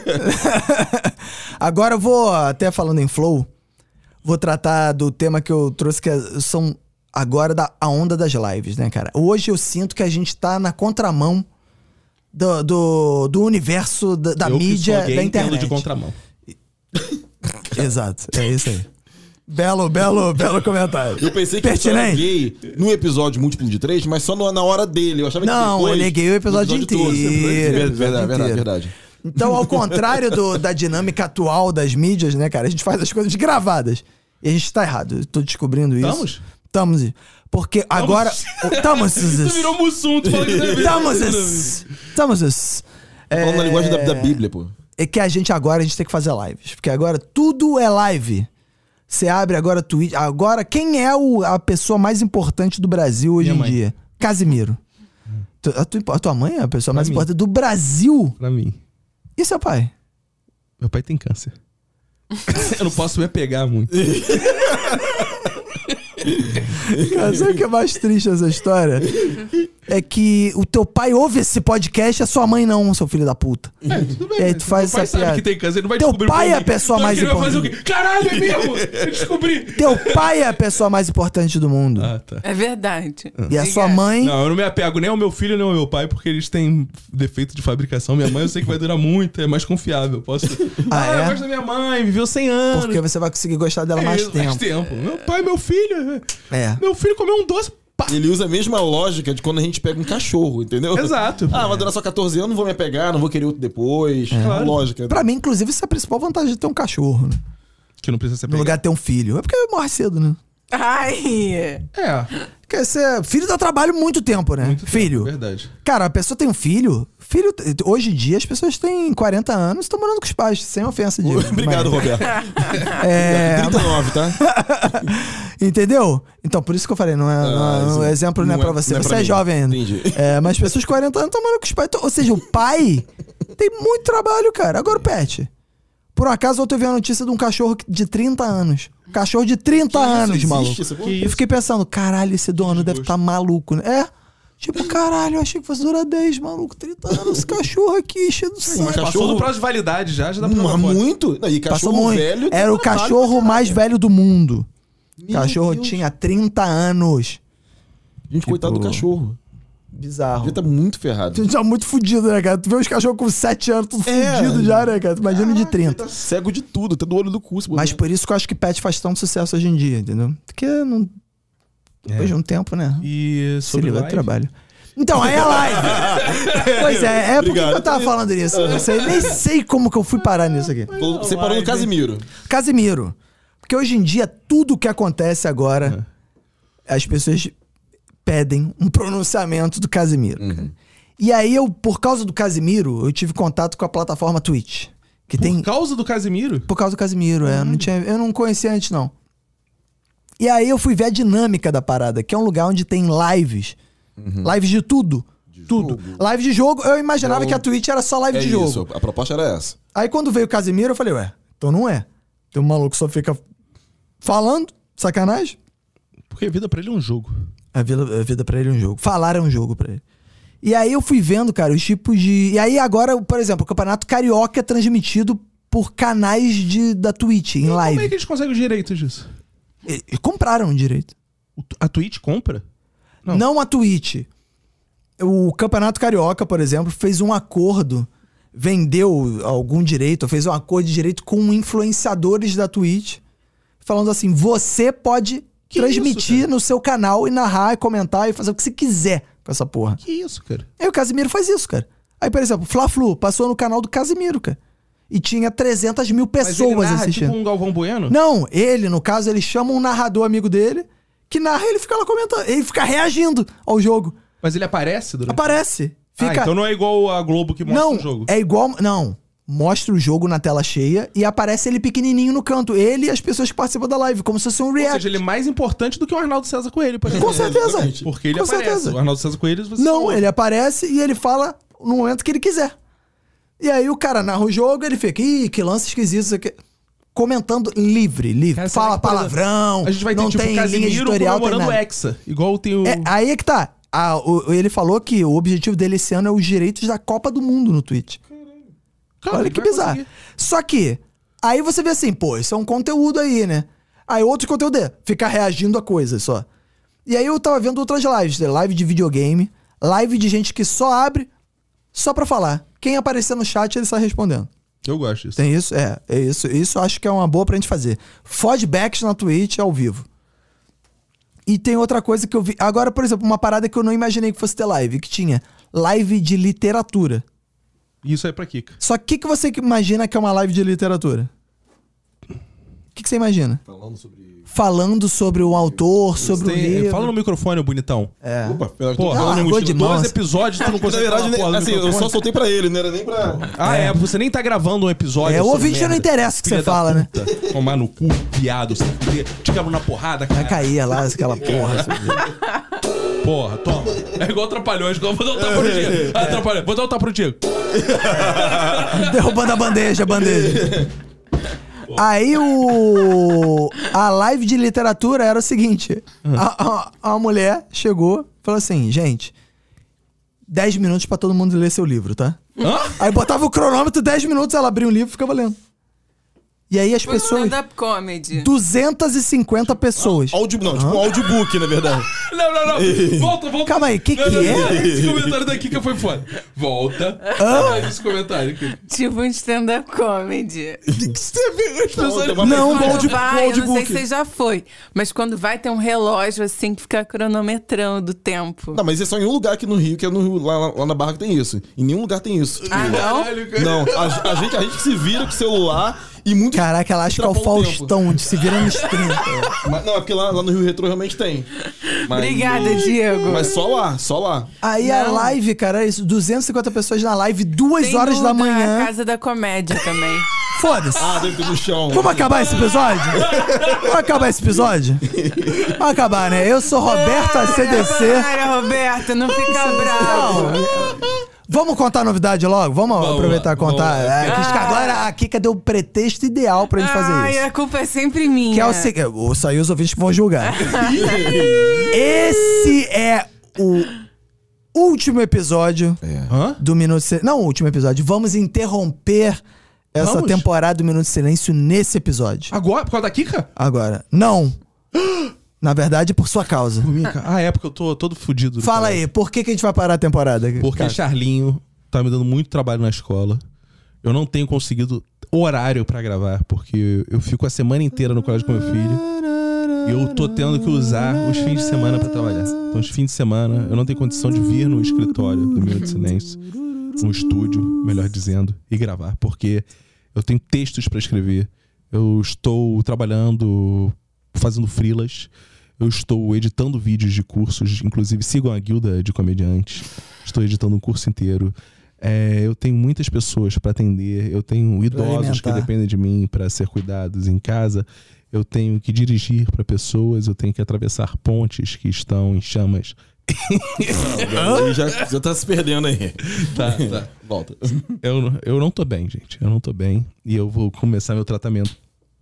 Agora eu vou, até falando em flow, vou tratar do tema que eu trouxe, que é- são agora da, a onda das lives, né, cara? Hoje eu sinto que a gente tá na contramão do, do, do universo da, da
Eu que
mídia,
sou gay,
da
entendo
internet.
de contramão.
Exato, é isso aí. Belo, belo, belo comentário.
Eu pensei que ele só era
Pertinente.
gay no episódio múltiplo de três, mas só no- na hora dele. Eu achava que
Não,
depois,
ele é gay o episódio
no todo.
inteiro,
Verdade,
o episódio
verdade, verdade,
inteiro.
verdade.
Então, ao contrário do- da dinâmica atual das mídias, né, cara? A gente faz as coisas gravadas. E a gente tá errado. Eu tô descobrindo isso.
Estamos?
Estamos. Porque agora. Estamos.
Tu virou Mussum, tu falou que deve-
Estamos. Estamos.
Falando na linguagem da, da Bíblia, pô.
É que a gente agora, a gente tem que fazer lives. Porque agora tudo é live. Você abre agora Twitch. Agora, quem é o- a pessoa mais importante do Brasil hoje
Minha
em
mãe.
dia? Casimiro. Tu- A tua, a tua mãe é a pessoa mais
mim.
importante do Brasil.
Pra mim.
E seu pai?
Meu pai tem câncer. Eu não posso me apegar muito.
Cara, sabe o que é mais triste essa história? É que o teu pai ouve esse podcast e a sua mãe não, seu filho da puta.
É, tudo bem.
E aí
mas
tu faz
meu pai
essa
sabe
piada.
que tem câncer, ele não vai
Teu
descobrir
pai
por
é a
mim.
pessoa
Então
mais
ele vai fazer o
importante.
quê? Caralho, é mesmo? Eu descobri.
Teu pai é a pessoa mais importante do mundo.
Ah, tá.
É verdade.
E a sua
Obrigada.
mãe.
Não, eu não me apego nem ao meu filho nem ao meu pai, porque eles têm defeito de fabricação. Minha mãe eu sei que vai durar muito, é mais confiável. Posso.
Ah,
Ah,
é?
eu gosto da minha mãe, viveu cem anos.
Porque você vai conseguir gostar dela mais
É,
tempo.
Meu pai, meu filho.
É.
Meu filho comeu um doce. Pá.
Ele usa a mesma lógica de quando a gente pega um cachorro, entendeu?
Exato.
Ah, vai durar só catorze anos, não vou me apegar, não vou querer outro depois. É.
Claro.
Lógica.
Pra mim, inclusive, essa é a principal vantagem de ter um cachorro, né?
Que não precisa ser
No lugar de ter um filho. É porque morre cedo, né?
Ai!
É.
Porque você, filho dá trabalho muito tempo, né?
Muito tempo,
filho.
verdade.
Cara, a pessoa tem um filho. Filho, hoje em dia, as pessoas têm quarenta anos e estão morando com os pais, sem ofensa, Diego.
Obrigado,
Mas-
Roberto.
É,
trinta e nove, tá?
entendeu? Então, por isso que eu falei, não é, não é-
isso
o exemplo não,
não
é pra
é-
você.
não é
Você
pra
é
mim.
jovem ainda.
Entendi.
É, mas as pessoas de quarenta anos estão morando com os pais. Então, ou seja, o pai tem muito trabalho, cara. Agora o pet. Por um acaso, eu tô vendo a notícia de um cachorro de trinta anos. Um cachorro de trinta anos, existe, maluco. Eu fiquei pensando, caralho, esse dono deve estar tá maluco, né? É. Tipo, caralho, eu achei que fosse durar dez, maluco. trinta anos, esse cachorro aqui, cheio do sangue.
Passou cachorro... do prazo de validade já, já dá pra
Mas muito? E cachorro muito. velho...
Era o cachorro mais velho do mundo. O cachorro Deus. tinha trinta anos.
Gente, tipo... coitado do cachorro.
Bizarro.
Ele tá muito ferrado.
Ele tá muito fudido, né, cara? Tu vê os cachorros com sete anos, tudo é. fudido já, né, cara? Tu imagina de trinta.
Tá cego de tudo, até do olho do cu.
Mas por isso que eu acho que pet faz tanto sucesso hoje em dia, entendeu? Porque não... depois é. de um tempo, né?
E sobre
se livra do trabalho. Então, aí a live. Pois é, é por que eu tava falando nisso? Eu sei, nem sei como que eu fui parar nisso aqui.
Você parou no Casimiro.
Casimiro. Porque hoje em dia, tudo que acontece agora, é. as pessoas pedem um pronunciamento do Casimiro. Uhum. E aí, eu, por causa do Casimiro, eu tive contato com a plataforma Twitch. Que
por
tem...
causa do Casimiro?
Por causa do Casimiro, uhum. é. Eu não, tinha... eu não conhecia antes, não. E aí, eu fui ver a dinâmica da parada, que é um lugar onde tem lives. Uhum. Lives de tudo. De tudo. Jogo. Live de jogo, eu imaginava então, que a Twitch era só live
é
de jogo.
Isso, a proposta era essa.
Aí quando veio o Casimiro, eu falei, ué, então não é. Tem um maluco que só fica falando, sacanagem.
Porque a vida pra ele é um jogo.
A vida, a vida pra ele é um jogo. Falar é um jogo pra ele. E aí eu fui vendo, cara, os tipos de... E aí agora, por exemplo, o Campeonato Carioca é transmitido por canais de, da Twitch, em e live.
Como é que eles conseguem os direitos disso?
E, e compraram o direito.
A Twitch compra?
Não. Não a Twitch. O Campeonato Carioca, por exemplo, fez um acordo, vendeu algum direito, fez um acordo de direito com influenciadores da Twitch, falando assim, você pode que transmitir isso, no seu canal e narrar e comentar e fazer o que você quiser com essa porra.
Que isso, cara?
Aí o Casimiro faz isso, cara. Aí, por exemplo, Fla-Flu passou no canal do Casimiro, cara. E tinha trezentas mil pessoas
Mas ele narra,
assistindo.
Tipo um Galvão Bueno?
Não, ele, no caso, ele chama um narrador amigo dele, que narra e ele fica lá comentando. Ele fica reagindo ao jogo.
Mas ele aparece durante...
Aparece. Fica...
Ah, então não é igual a Globo que mostra
não,
o jogo.
Não, é igual... Não. Mostra o jogo na tela cheia e aparece ele pequenininho no canto. Ele e as pessoas que participam da live, como se fosse um react.
Ou seja, ele é mais importante do que o Arnaldo César Coelho, por exemplo.
Com certeza.
É, porque ele
Com
aparece.
Certeza.
O Arnaldo César Coelho... Você
não,
falou.
Ele aparece e ele fala no momento que ele quiser. E aí o cara narra o jogo e ele fica... Ih, que lance esquisito isso aqui. Comentando livre, livre. Cara, fala palavrão,
a gente vai ter,
não
tipo,
tem linha editorial, tem nada.
Hexa, igual tem o...
É, aí é que tá. Ah, o, ele falou que o objetivo dele esse ano é os direitos da Copa do Mundo no Twitch. Caramba. Olha que bizarro. Conseguir. Só que, aí você vê assim, pô, isso é um conteúdo aí, né? Aí outro conteúdo é ficar reagindo a coisas só. E aí eu tava vendo outras lives, live de videogame, live de gente que só abre só pra falar. Quem aparecer no chat, ele sai respondendo.
Eu gosto disso.
Tem isso? É, é isso. Isso eu acho que é uma boa pra gente fazer. Fodbacks na Twitch ao vivo. E tem outra coisa que eu vi... Agora, por exemplo, uma parada que eu não imaginei que fosse ter live, que tinha live de literatura.
Isso é pra Kika.
Só que o que, que você imagina que é uma live de literatura? O que, que você imagina?
Falando sobre...
Falando sobre o autor, sobre tem, o livro.
Fala no microfone, bonitão.
É.
Opa, pera,
porra,
ah, no de
dois episódios tu não consegue
Na verdade,
falar,
assim, eu só soltei pra ele, não era nem pra...
Ah, é, é você nem tá gravando um episódio.
É, o ouvinte não interessa o que você fala, né?
Tomar no cu, viado, você te quebra na porrada, cara.
Vai cair lá, aquela porra.
Porra, toma. É igual Trapalhões, igual vou dar um tapa pro Diego. Ah, Trapalhões, vou dar um tapa pro Diego.
Derrubando a bandeja, a bandeja. Aí o... A live de literatura era o seguinte. Uhum. A, a, a mulher chegou e falou assim, gente, dez minutos pra todo mundo ler seu livro, tá?
Hã?
Aí botava o cronômetro, dez minutos, ela abria um livro e ficava lendo. E aí as
Foi
pessoas...
stand-up comedy.
duzentas e cinquenta pessoas.
Audio, não, tipo um audiobook, na verdade.
Não, não, não. Volta, volta.
Calma aí, o que que
não, não,
é?
Esse comentário daqui que foi foda. Volta.
Ah?
Esse comentário aqui.
Tipo um stand-up comedy.
O que você vê? As pessoas...
Não, não,
quando
audi-
vai,
audiobook.
eu não sei se você já foi. Mas quando vai, tem um relógio assim que fica cronometrando o tempo.
Não, mas é só em um lugar aqui no Rio, que é no Rio, lá, lá na Barra que tem isso. Em nenhum lugar tem isso.
Ah, não?
Não, a, a, gente, a gente que se vira com o celular e muito...
Caraca, ela acha que é o Faustão, de se vira nos trinta.
Mas, não, é porque lá, lá no Rio Retro realmente tem. Mas,
Obrigada, Diego.
Mas só lá, só lá.
Aí
Não.
a live, cara, é isso, duzentas e cinquenta pessoas na live, duas
Tem
horas
no
da manhã.
Casa da Comédia também.
Foda-se.
Ah, deve ter no chão.
Vamos acabar esse episódio? Vamos acabar esse episódio? Vamos acabar, né? Eu sou Roberto A C D C.
Para, Roberto, não fica bravo.
Vamos contar a novidade logo? Vamos, vamos aproveitar e contar. Vamos, é, ah. Agora a Kika deu o pretexto ideal pra gente fazer
Ai,
isso.
a culpa é sempre minha.
Que é o seguinte... Isso aí os ouvintes que vão julgar. Esse é o último episódio
é.
do Minuto de Silêncio. Não o último episódio. Vamos interromper essa Vamos? temporada do Minuto de Silêncio nesse episódio.
Agora? Por causa da Kika?
Agora. Não. Na verdade, por sua causa.
Por mim, cara. Ah, é porque eu tô todo fudido.
Fala
cara.
aí, por que, que a gente vai parar a temporada?
Porque cara? Charlinho tá me dando muito trabalho na escola. Eu não tenho conseguido horário pra gravar, porque eu fico a semana inteira no colégio com meu filho. E eu tô tendo que usar os fins de semana pra trabalhar. Então, os fins de semana, eu não tenho condição de vir no escritório do Minuto de Silêncio, no estúdio, melhor dizendo, e gravar. Porque eu tenho textos pra escrever. Eu estou trabalhando, fazendo freelas. Eu estou editando vídeos de cursos, inclusive sigam a Guilda de Comediantes. Estou editando um curso inteiro. É, eu tenho muitas pessoas para atender. Eu tenho idosos que dependem de mim para ser cuidados em casa. Eu tenho que dirigir para pessoas. Eu tenho que atravessar pontes que estão em chamas.
Não, já, já tá se perdendo aí.
Tá, tá.
Volta.
Eu, eu não tô bem, gente. Eu não tô bem. E eu vou começar meu tratamento.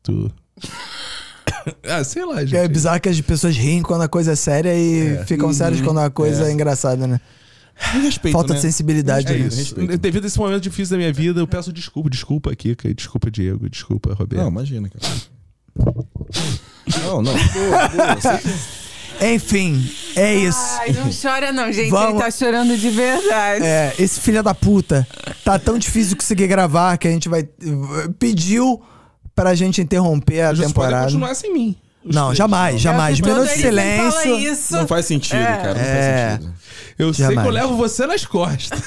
Ah, sei lá, gente.
É bizarro que as pessoas riem quando a coisa é séria e é. ficam uhum. sérias quando a coisa é, é engraçada, né?
Respeito,
Falta
né?
de sensibilidade.
É isso. Devido a esse momento difícil da minha vida, eu peço desculpa. Desculpa, Kika. Desculpa, Diego. Desculpa, Roberto.
Não, imagina, cara. Não, não. Boa, boa.
Enfim, é isso.
Ai, não chora não, gente.
Vamos...
Ele tá chorando de verdade.
É, esse filho da puta tá tão difícil de conseguir gravar que a gente vai... Pediu pra gente interromper a temporada.
Pode continuar sem mim.
Não, jamais, jamais. Minuto de silêncio.
Não faz sentido,
é.
cara. Não
é.
faz sentido.
Eu
jamais.
sei que eu levo você nas costas.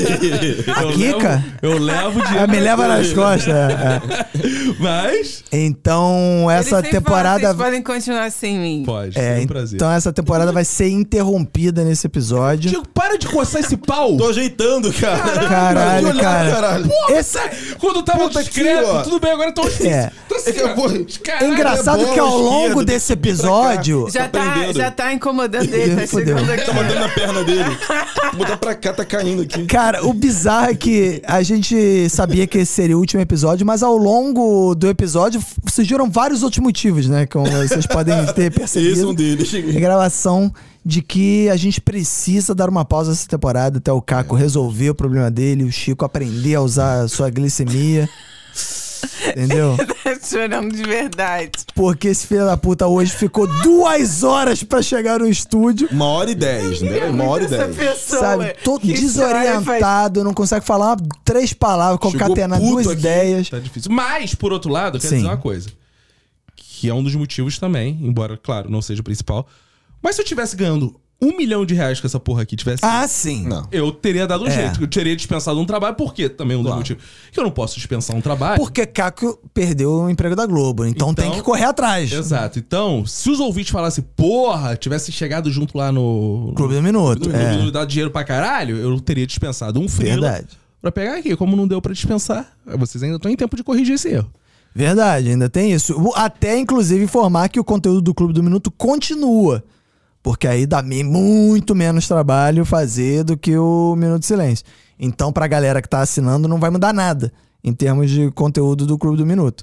A
eu
Kika?
Levo, eu levo de.
Ela me leva nas costas. É.
Mas.
Então, essa temporada.
Fala, vocês podem continuar sem mim.
Pode,
é,
é um prazer.
Então, essa temporada vai ser interrompida nesse episódio.
Diego, para de coçar esse pau.
Tô ajeitando, cara.
Caralho, caralho. Olhar, cara.
caralho. Porra, esse... Quando tava
Puta
discreto,
aqui,
tudo bem, agora tô assim.
É.
Tô assim,
é engraçado é que ao longo
esquerda,
desse episódio.
Já tá, já tá incomodando ele, tá chegando aqui.
Tá mandando na perna dele. Botar pra cá, tá caindo aqui.
Cara, o bizarro é que a gente sabia que esse seria o último episódio, mas ao longo do episódio surgiram vários outros motivos, né? Como vocês podem ter percebido.
Esse é um deles.
Gravação de que a gente precisa dar uma pausa nessa temporada até o Caco é. resolver o problema dele, o Chico aprender a usar a sua glicemia. Entendeu?
Tá chorando de verdade.
Porque esse filho da puta hoje ficou duas horas pra chegar no estúdio.
Uma hora e dez, né? Uma hora e dez.
Pessoa,
sabe? Todo desorientado, não consegue falar três palavras, concatenar duas aqui. ideias.
Tá difícil. Mas, por outro lado, eu quero Sim. dizer uma coisa. Que é um dos motivos também, embora, claro, não seja o principal. Mas se eu tivesse ganhando um milhão de reais com essa porra aqui tivesse...
Ah, sim.
Não. Eu teria dado um é. jeito. Eu teria dispensado um trabalho. Por quê? Também um dos claro. motivos. Que eu não posso dispensar um trabalho.
Porque Caco perdeu o emprego da Globo. Então, então tem que correr atrás.
Exato. Então, se os ouvintes falassem, porra, tivesse chegado junto lá no...
Clube do Minuto.
No
é.
Clube do dado dinheiro pra caralho, eu teria dispensado um freela.
Verdade.
Pra pegar aqui. Como não deu pra dispensar, vocês ainda estão em tempo de corrigir esse erro.
Verdade, ainda tem isso. Até, inclusive, informar que o conteúdo do Clube do Minuto continua. Porque aí dá muito menos trabalho fazer do que o Minuto de Silêncio. Então, pra galera que tá assinando, não vai mudar nada em termos de conteúdo do Clube do Minuto.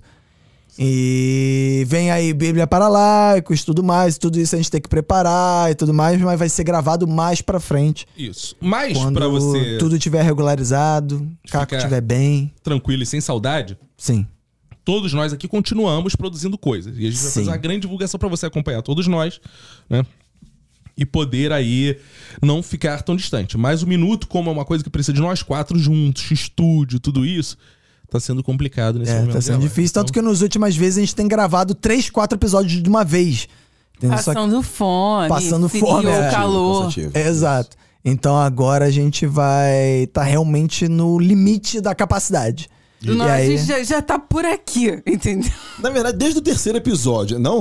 E vem aí Bíblia para laicos, tudo mais, tudo isso a gente tem que preparar e tudo mais, mas vai ser gravado mais pra frente.
Isso. Mas
quando
pra você...
tudo tiver regularizado, Caco estiver bem.
Tranquilo e sem saudade.
Sim.
Todos nós aqui continuamos produzindo coisas. E a gente vai
Sim.
fazer uma grande divulgação pra você acompanhar todos nós, né? E poder aí não ficar tão distante. Mas o Minuto, como é uma coisa que precisa de nós quatro juntos, estúdio, tudo isso, tá sendo complicado nesse
é,
momento.
Tá sendo difícil. Então... Tanto que nas últimas vezes a gente tem gravado três, quatro episódios de uma vez.
Entendeu? Passando que... fome.
Passando fome.
É,
calor. É, exato. Então agora a gente vai tá realmente no limite da capacidade.
Não, aí... A gente já, já tá por aqui, entendeu?
Na verdade, desde o terceiro episódio, não?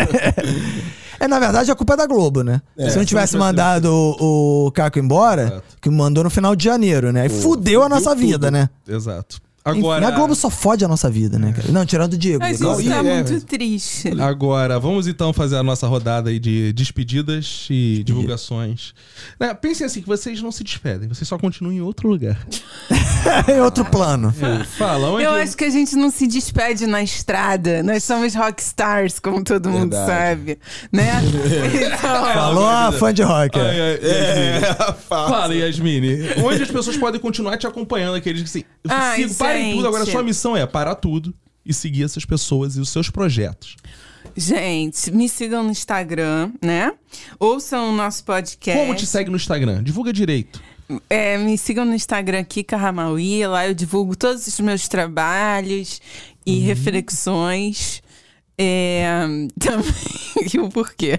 É, na verdade, a culpa é da Globo, né? É, Se não tivesse mandado o, o Caco embora, Exato. que mandou no final de janeiro, né? E fudeu, fudeu a nossa tudo. vida, né?
Exato. Agora...
Enfim, a Globo só fode a nossa vida, né, cara? Não, tirando o Diego.
A gente
Diego.
tá
é,
muito
é.
triste.
Agora, vamos então fazer a nossa rodada aí de despedidas e divulgações. Né, pensem assim, que vocês não se despedem, vocês só continuam em outro lugar.
Em outro plano.
É, fala, onde...
Eu acho que a gente não se despede na estrada. Nós somos rockstars, como todo mundo
Verdade.
sabe. Né? Então,
Falou a fã de rock.
Ai, ai,
É,
Yasmine.
fala.
Fala, Yasmine. Onde as pessoas podem continuar te acompanhando? Aqueles que assim,
Ai,
sigo, parem
gente.
tudo. Agora, a sua missão é parar tudo e seguir essas pessoas e os seus projetos.
gente, me sigam no Instagram, né? Ouçam o nosso podcast.
Como te segue no Instagram? Divulga direito.
É, me sigam no Instagram, Kika Ramaui. Lá eu divulgo todos os meus trabalhos e
Uhum.
reflexões. É, também. E o porquê?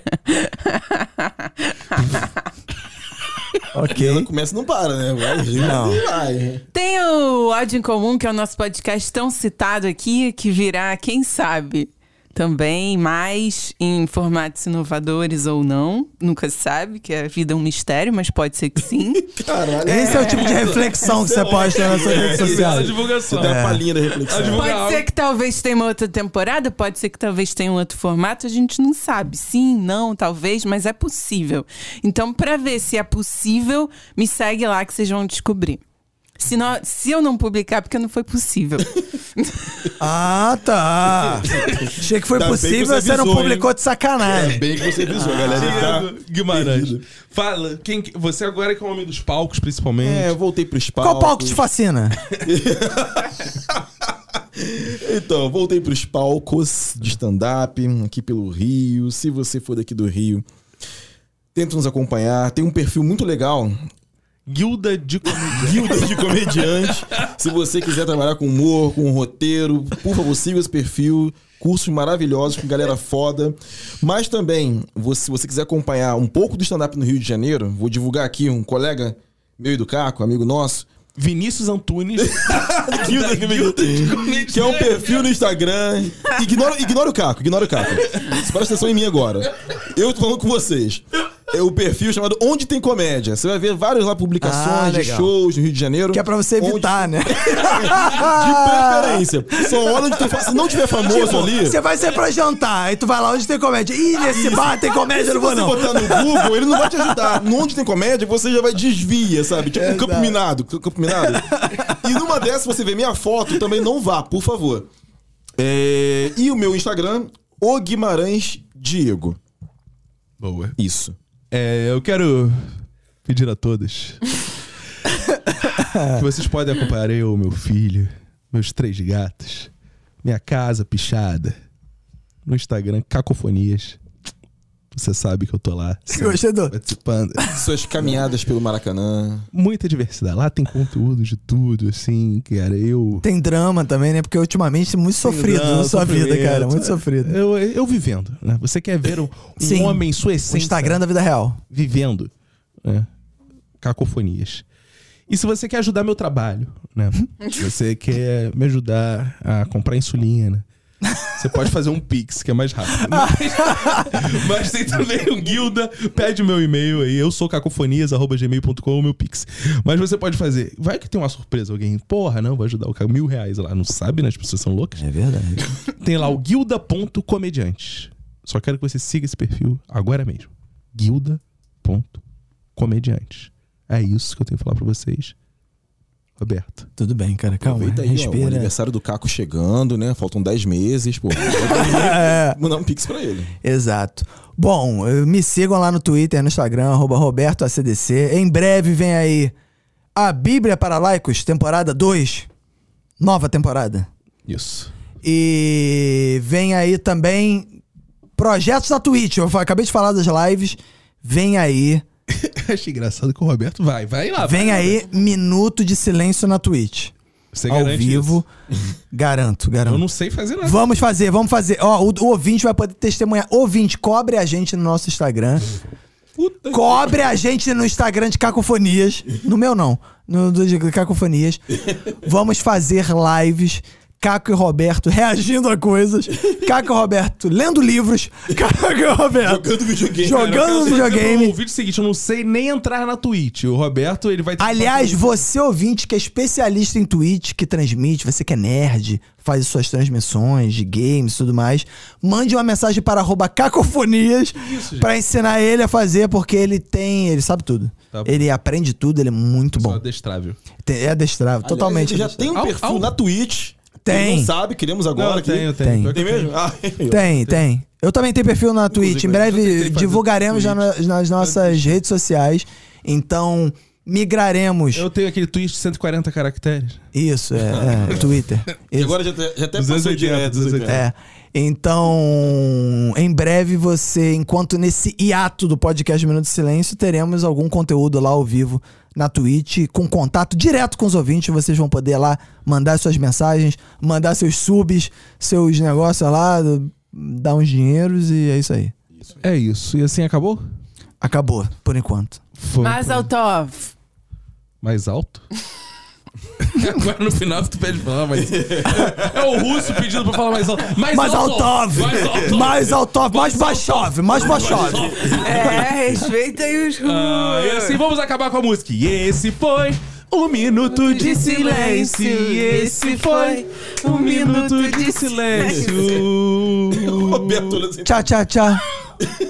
Ok.
Ela começa e não para, né? Vai,
Não.
vai.
Tem o Ódio em Comum, que é o nosso podcast tão citado aqui, que virá, quem sabe, também mais em formatos inovadores ou não. Nunca se sabe, que a vida é um mistério, mas pode ser que sim.
Caralho.
Esse é o tipo de reflexão que você posta nas suas redes
A
sociais.
divulgação.
Dá uma palhinha da reflexão.
A divulga-
Pode ser que talvez tenha uma outra temporada, pode ser que talvez tenha um outro formato, a gente não sabe. Sim, não, talvez, mas é possível. Então, pra ver se é possível, me segue lá que vocês vão descobrir. Se, não, se eu não publicar, porque não foi possível.
Ah, tá. Achei que foi
Ainda bem que
possível,
você
você não
avisou,
publicou
hein?
de sacanagem.
É bem que você avisou, a galera.
Diego
Tá
Guimarães.
perdido.
Fala, quem, você agora que é o homem dos palcos, principalmente.
É, eu voltei pros palcos.
Qual palco te fascina?
Então, voltei pros palcos de stand-up aqui pelo Rio. Se você for daqui do Rio, tenta nos acompanhar. Tem um perfil muito legal,
Guilda de Comediantes.
Guilda de Comediantes. Se você quiser trabalhar com humor, com roteiro, por favor, siga esse perfil. Cursos maravilhosos com galera foda. Mas também, se você quiser acompanhar um pouco do stand-up no Rio de Janeiro, vou divulgar aqui um colega meu e do Caco, amigo nosso,
Vinícius Antunes.
Guilda de Comediantes, que é um perfil no Instagram. Ignora, ignora o Caco, ignora o Caco. Você presta atenção em mim agora. Eu tô falando com vocês. É o perfil chamado Onde Tem Comédia. Você vai ver várias lá publicações
Ah,
de
legal.
shows no Rio de Janeiro.
Que é pra você evitar, né?
De preferência. Só olha onde tem. fa- Se não tiver famoso ali.
Você vai ser pra jantar, aí tu vai lá onde tem comédia. Ih, nesse bar tem comédia, eu não vou
Se
não.
você botar no Google, ele não vai te ajudar. No Onde Tem Comédia, você já vai desvia, sabe? Tipo um
Exato.
Campo Minado. Campo Minado. E numa dessas, você vê minha foto, também não vá, por favor. É, E o meu Instagram, o Guimarães Diego.
Boa.
Isso.
É, eu quero pedir a todos que vocês podem acompanhar eu, meu filho, meus três gatos, minha casa pichada, no Instagram, Cacofonias. Você sabe que eu tô lá sempre
Gostei do...
participando.
Suas caminhadas pelo Maracanã.
Muita diversidade. Lá tem conteúdo de tudo, assim, cara. Eu.
Tem drama também, né? Porque ultimamente é muito sofrido
drama,
na sua vida,
sofrimento.
cara. Muito sofrido.
Eu, eu vivendo, né? Você quer ver um, um
Sim.
homem em sua
O
essência.
Instagram da vida real.
Vivendo, né? Cacofonias. E se você quer ajudar meu trabalho, né? Se você quer me ajudar a comprar insulina, você pode fazer um Pix, que é mais rápido. Mas, mas tem também o Guilda, pede meu e-mail aí, eu sou cacofonias, arroba gmail ponto com, o meu Pix. Mas você pode fazer, vai que tem uma surpresa, alguém, porra, não, vou ajudar o cara, mil reais lá, não sabe, né? As pessoas são loucas.
É verdade.
Tem lá o guilda ponto comediantes. Só quero que você siga esse perfil agora mesmo. guilda ponto comediantes. É isso que eu tenho que falar pra vocês. Roberto.
Tudo bem, cara. Calma.
Aproveita aí, ó, o
Respira.
aniversário do Caco chegando, né? Faltam dez meses, pô.
É.
Mandar um pix pra ele.
Exato. Bom, eh, me sigam lá no Twitter, no Instagram, arroba Roberto A C D C. Em breve vem aí a Bíblia para Laicos, temporada dois. Nova temporada.
Isso.
E vem aí também projetos da Twitch. Eu acabei de falar das lives. Vem aí.
Achei engraçado que o Roberto vai. Vai lá.
Vem
vai,
aí Minuto de Silêncio na Twitch.
Você
Ao
garante
vivo. Garanto,
isso?
garanto.
Eu não sei fazer nada.
Vamos fazer, vamos fazer. Ó, o, o ouvinte vai poder testemunhar. Ouvinte, cobre a gente no nosso Instagram.
Puta
Cobre a gente no Instagram de Cacofonias. No meu não. No do de Cacofonias. Vamos fazer lives. Caco e Roberto reagindo a coisas, Caco e Roberto lendo livros, Caco e Roberto
jogando videogame.
Jogando videogame.
O vídeo seguinte, eu não sei nem entrar na Twitch. O Roberto, ele vai ter
Aliás, que você ouvinte que é especialista em Twitch, que transmite, você que é nerd, faz suas transmissões de games e tudo mais, mande uma mensagem para arroba cacofonias Isso, pra ensinar ele a fazer, porque ele tem, ele sabe tudo. Tá. Ele aprende tudo, ele é muito bom. É
adestrável.
É adestrável,
Aliás,
totalmente.
Ele já
adestrável.
tem um perfil
au, au.
na Twitch.
Tem.
Quem não sabe, queremos agora
não,
aqui.
Tenho, tenho.
Tem,
tem mesmo? Ah,
tem, tem. Eu também tenho perfil na Twitch. Em breve divulgaremos já nas, nas nossas redes sociais. Então, migraremos.
Eu tenho aquele tweet de cento e quarenta caracteres.
Isso, é, é Twitter.
E
Isso.
agora já, já até passou de é,
É. Então, em breve você, enquanto nesse hiato do podcast Minuto de Silêncio, teremos algum conteúdo lá ao vivo na Twitch, com contato direto com os ouvintes. Vocês vão poder lá mandar suas mensagens, mandar seus subs, seus negócios lá, dar uns dinheiros e é isso aí.
É isso. E assim acabou?
Acabou, por enquanto.
Foi, Mais foi. alto.
Mais alto? Agora no final tu pede pra falar mais. É o russo pedindo pra falar mais alto. Mais,
mais
alto.
Altov. Mais Altov. Mais Baixov. Mais Baixov.
É, respeita aí os russos.
Ah, e assim vamos acabar com a música. E esse foi um minuto de silêncio. E esse foi um minuto de silêncio.
Tchau, tchau, tchau.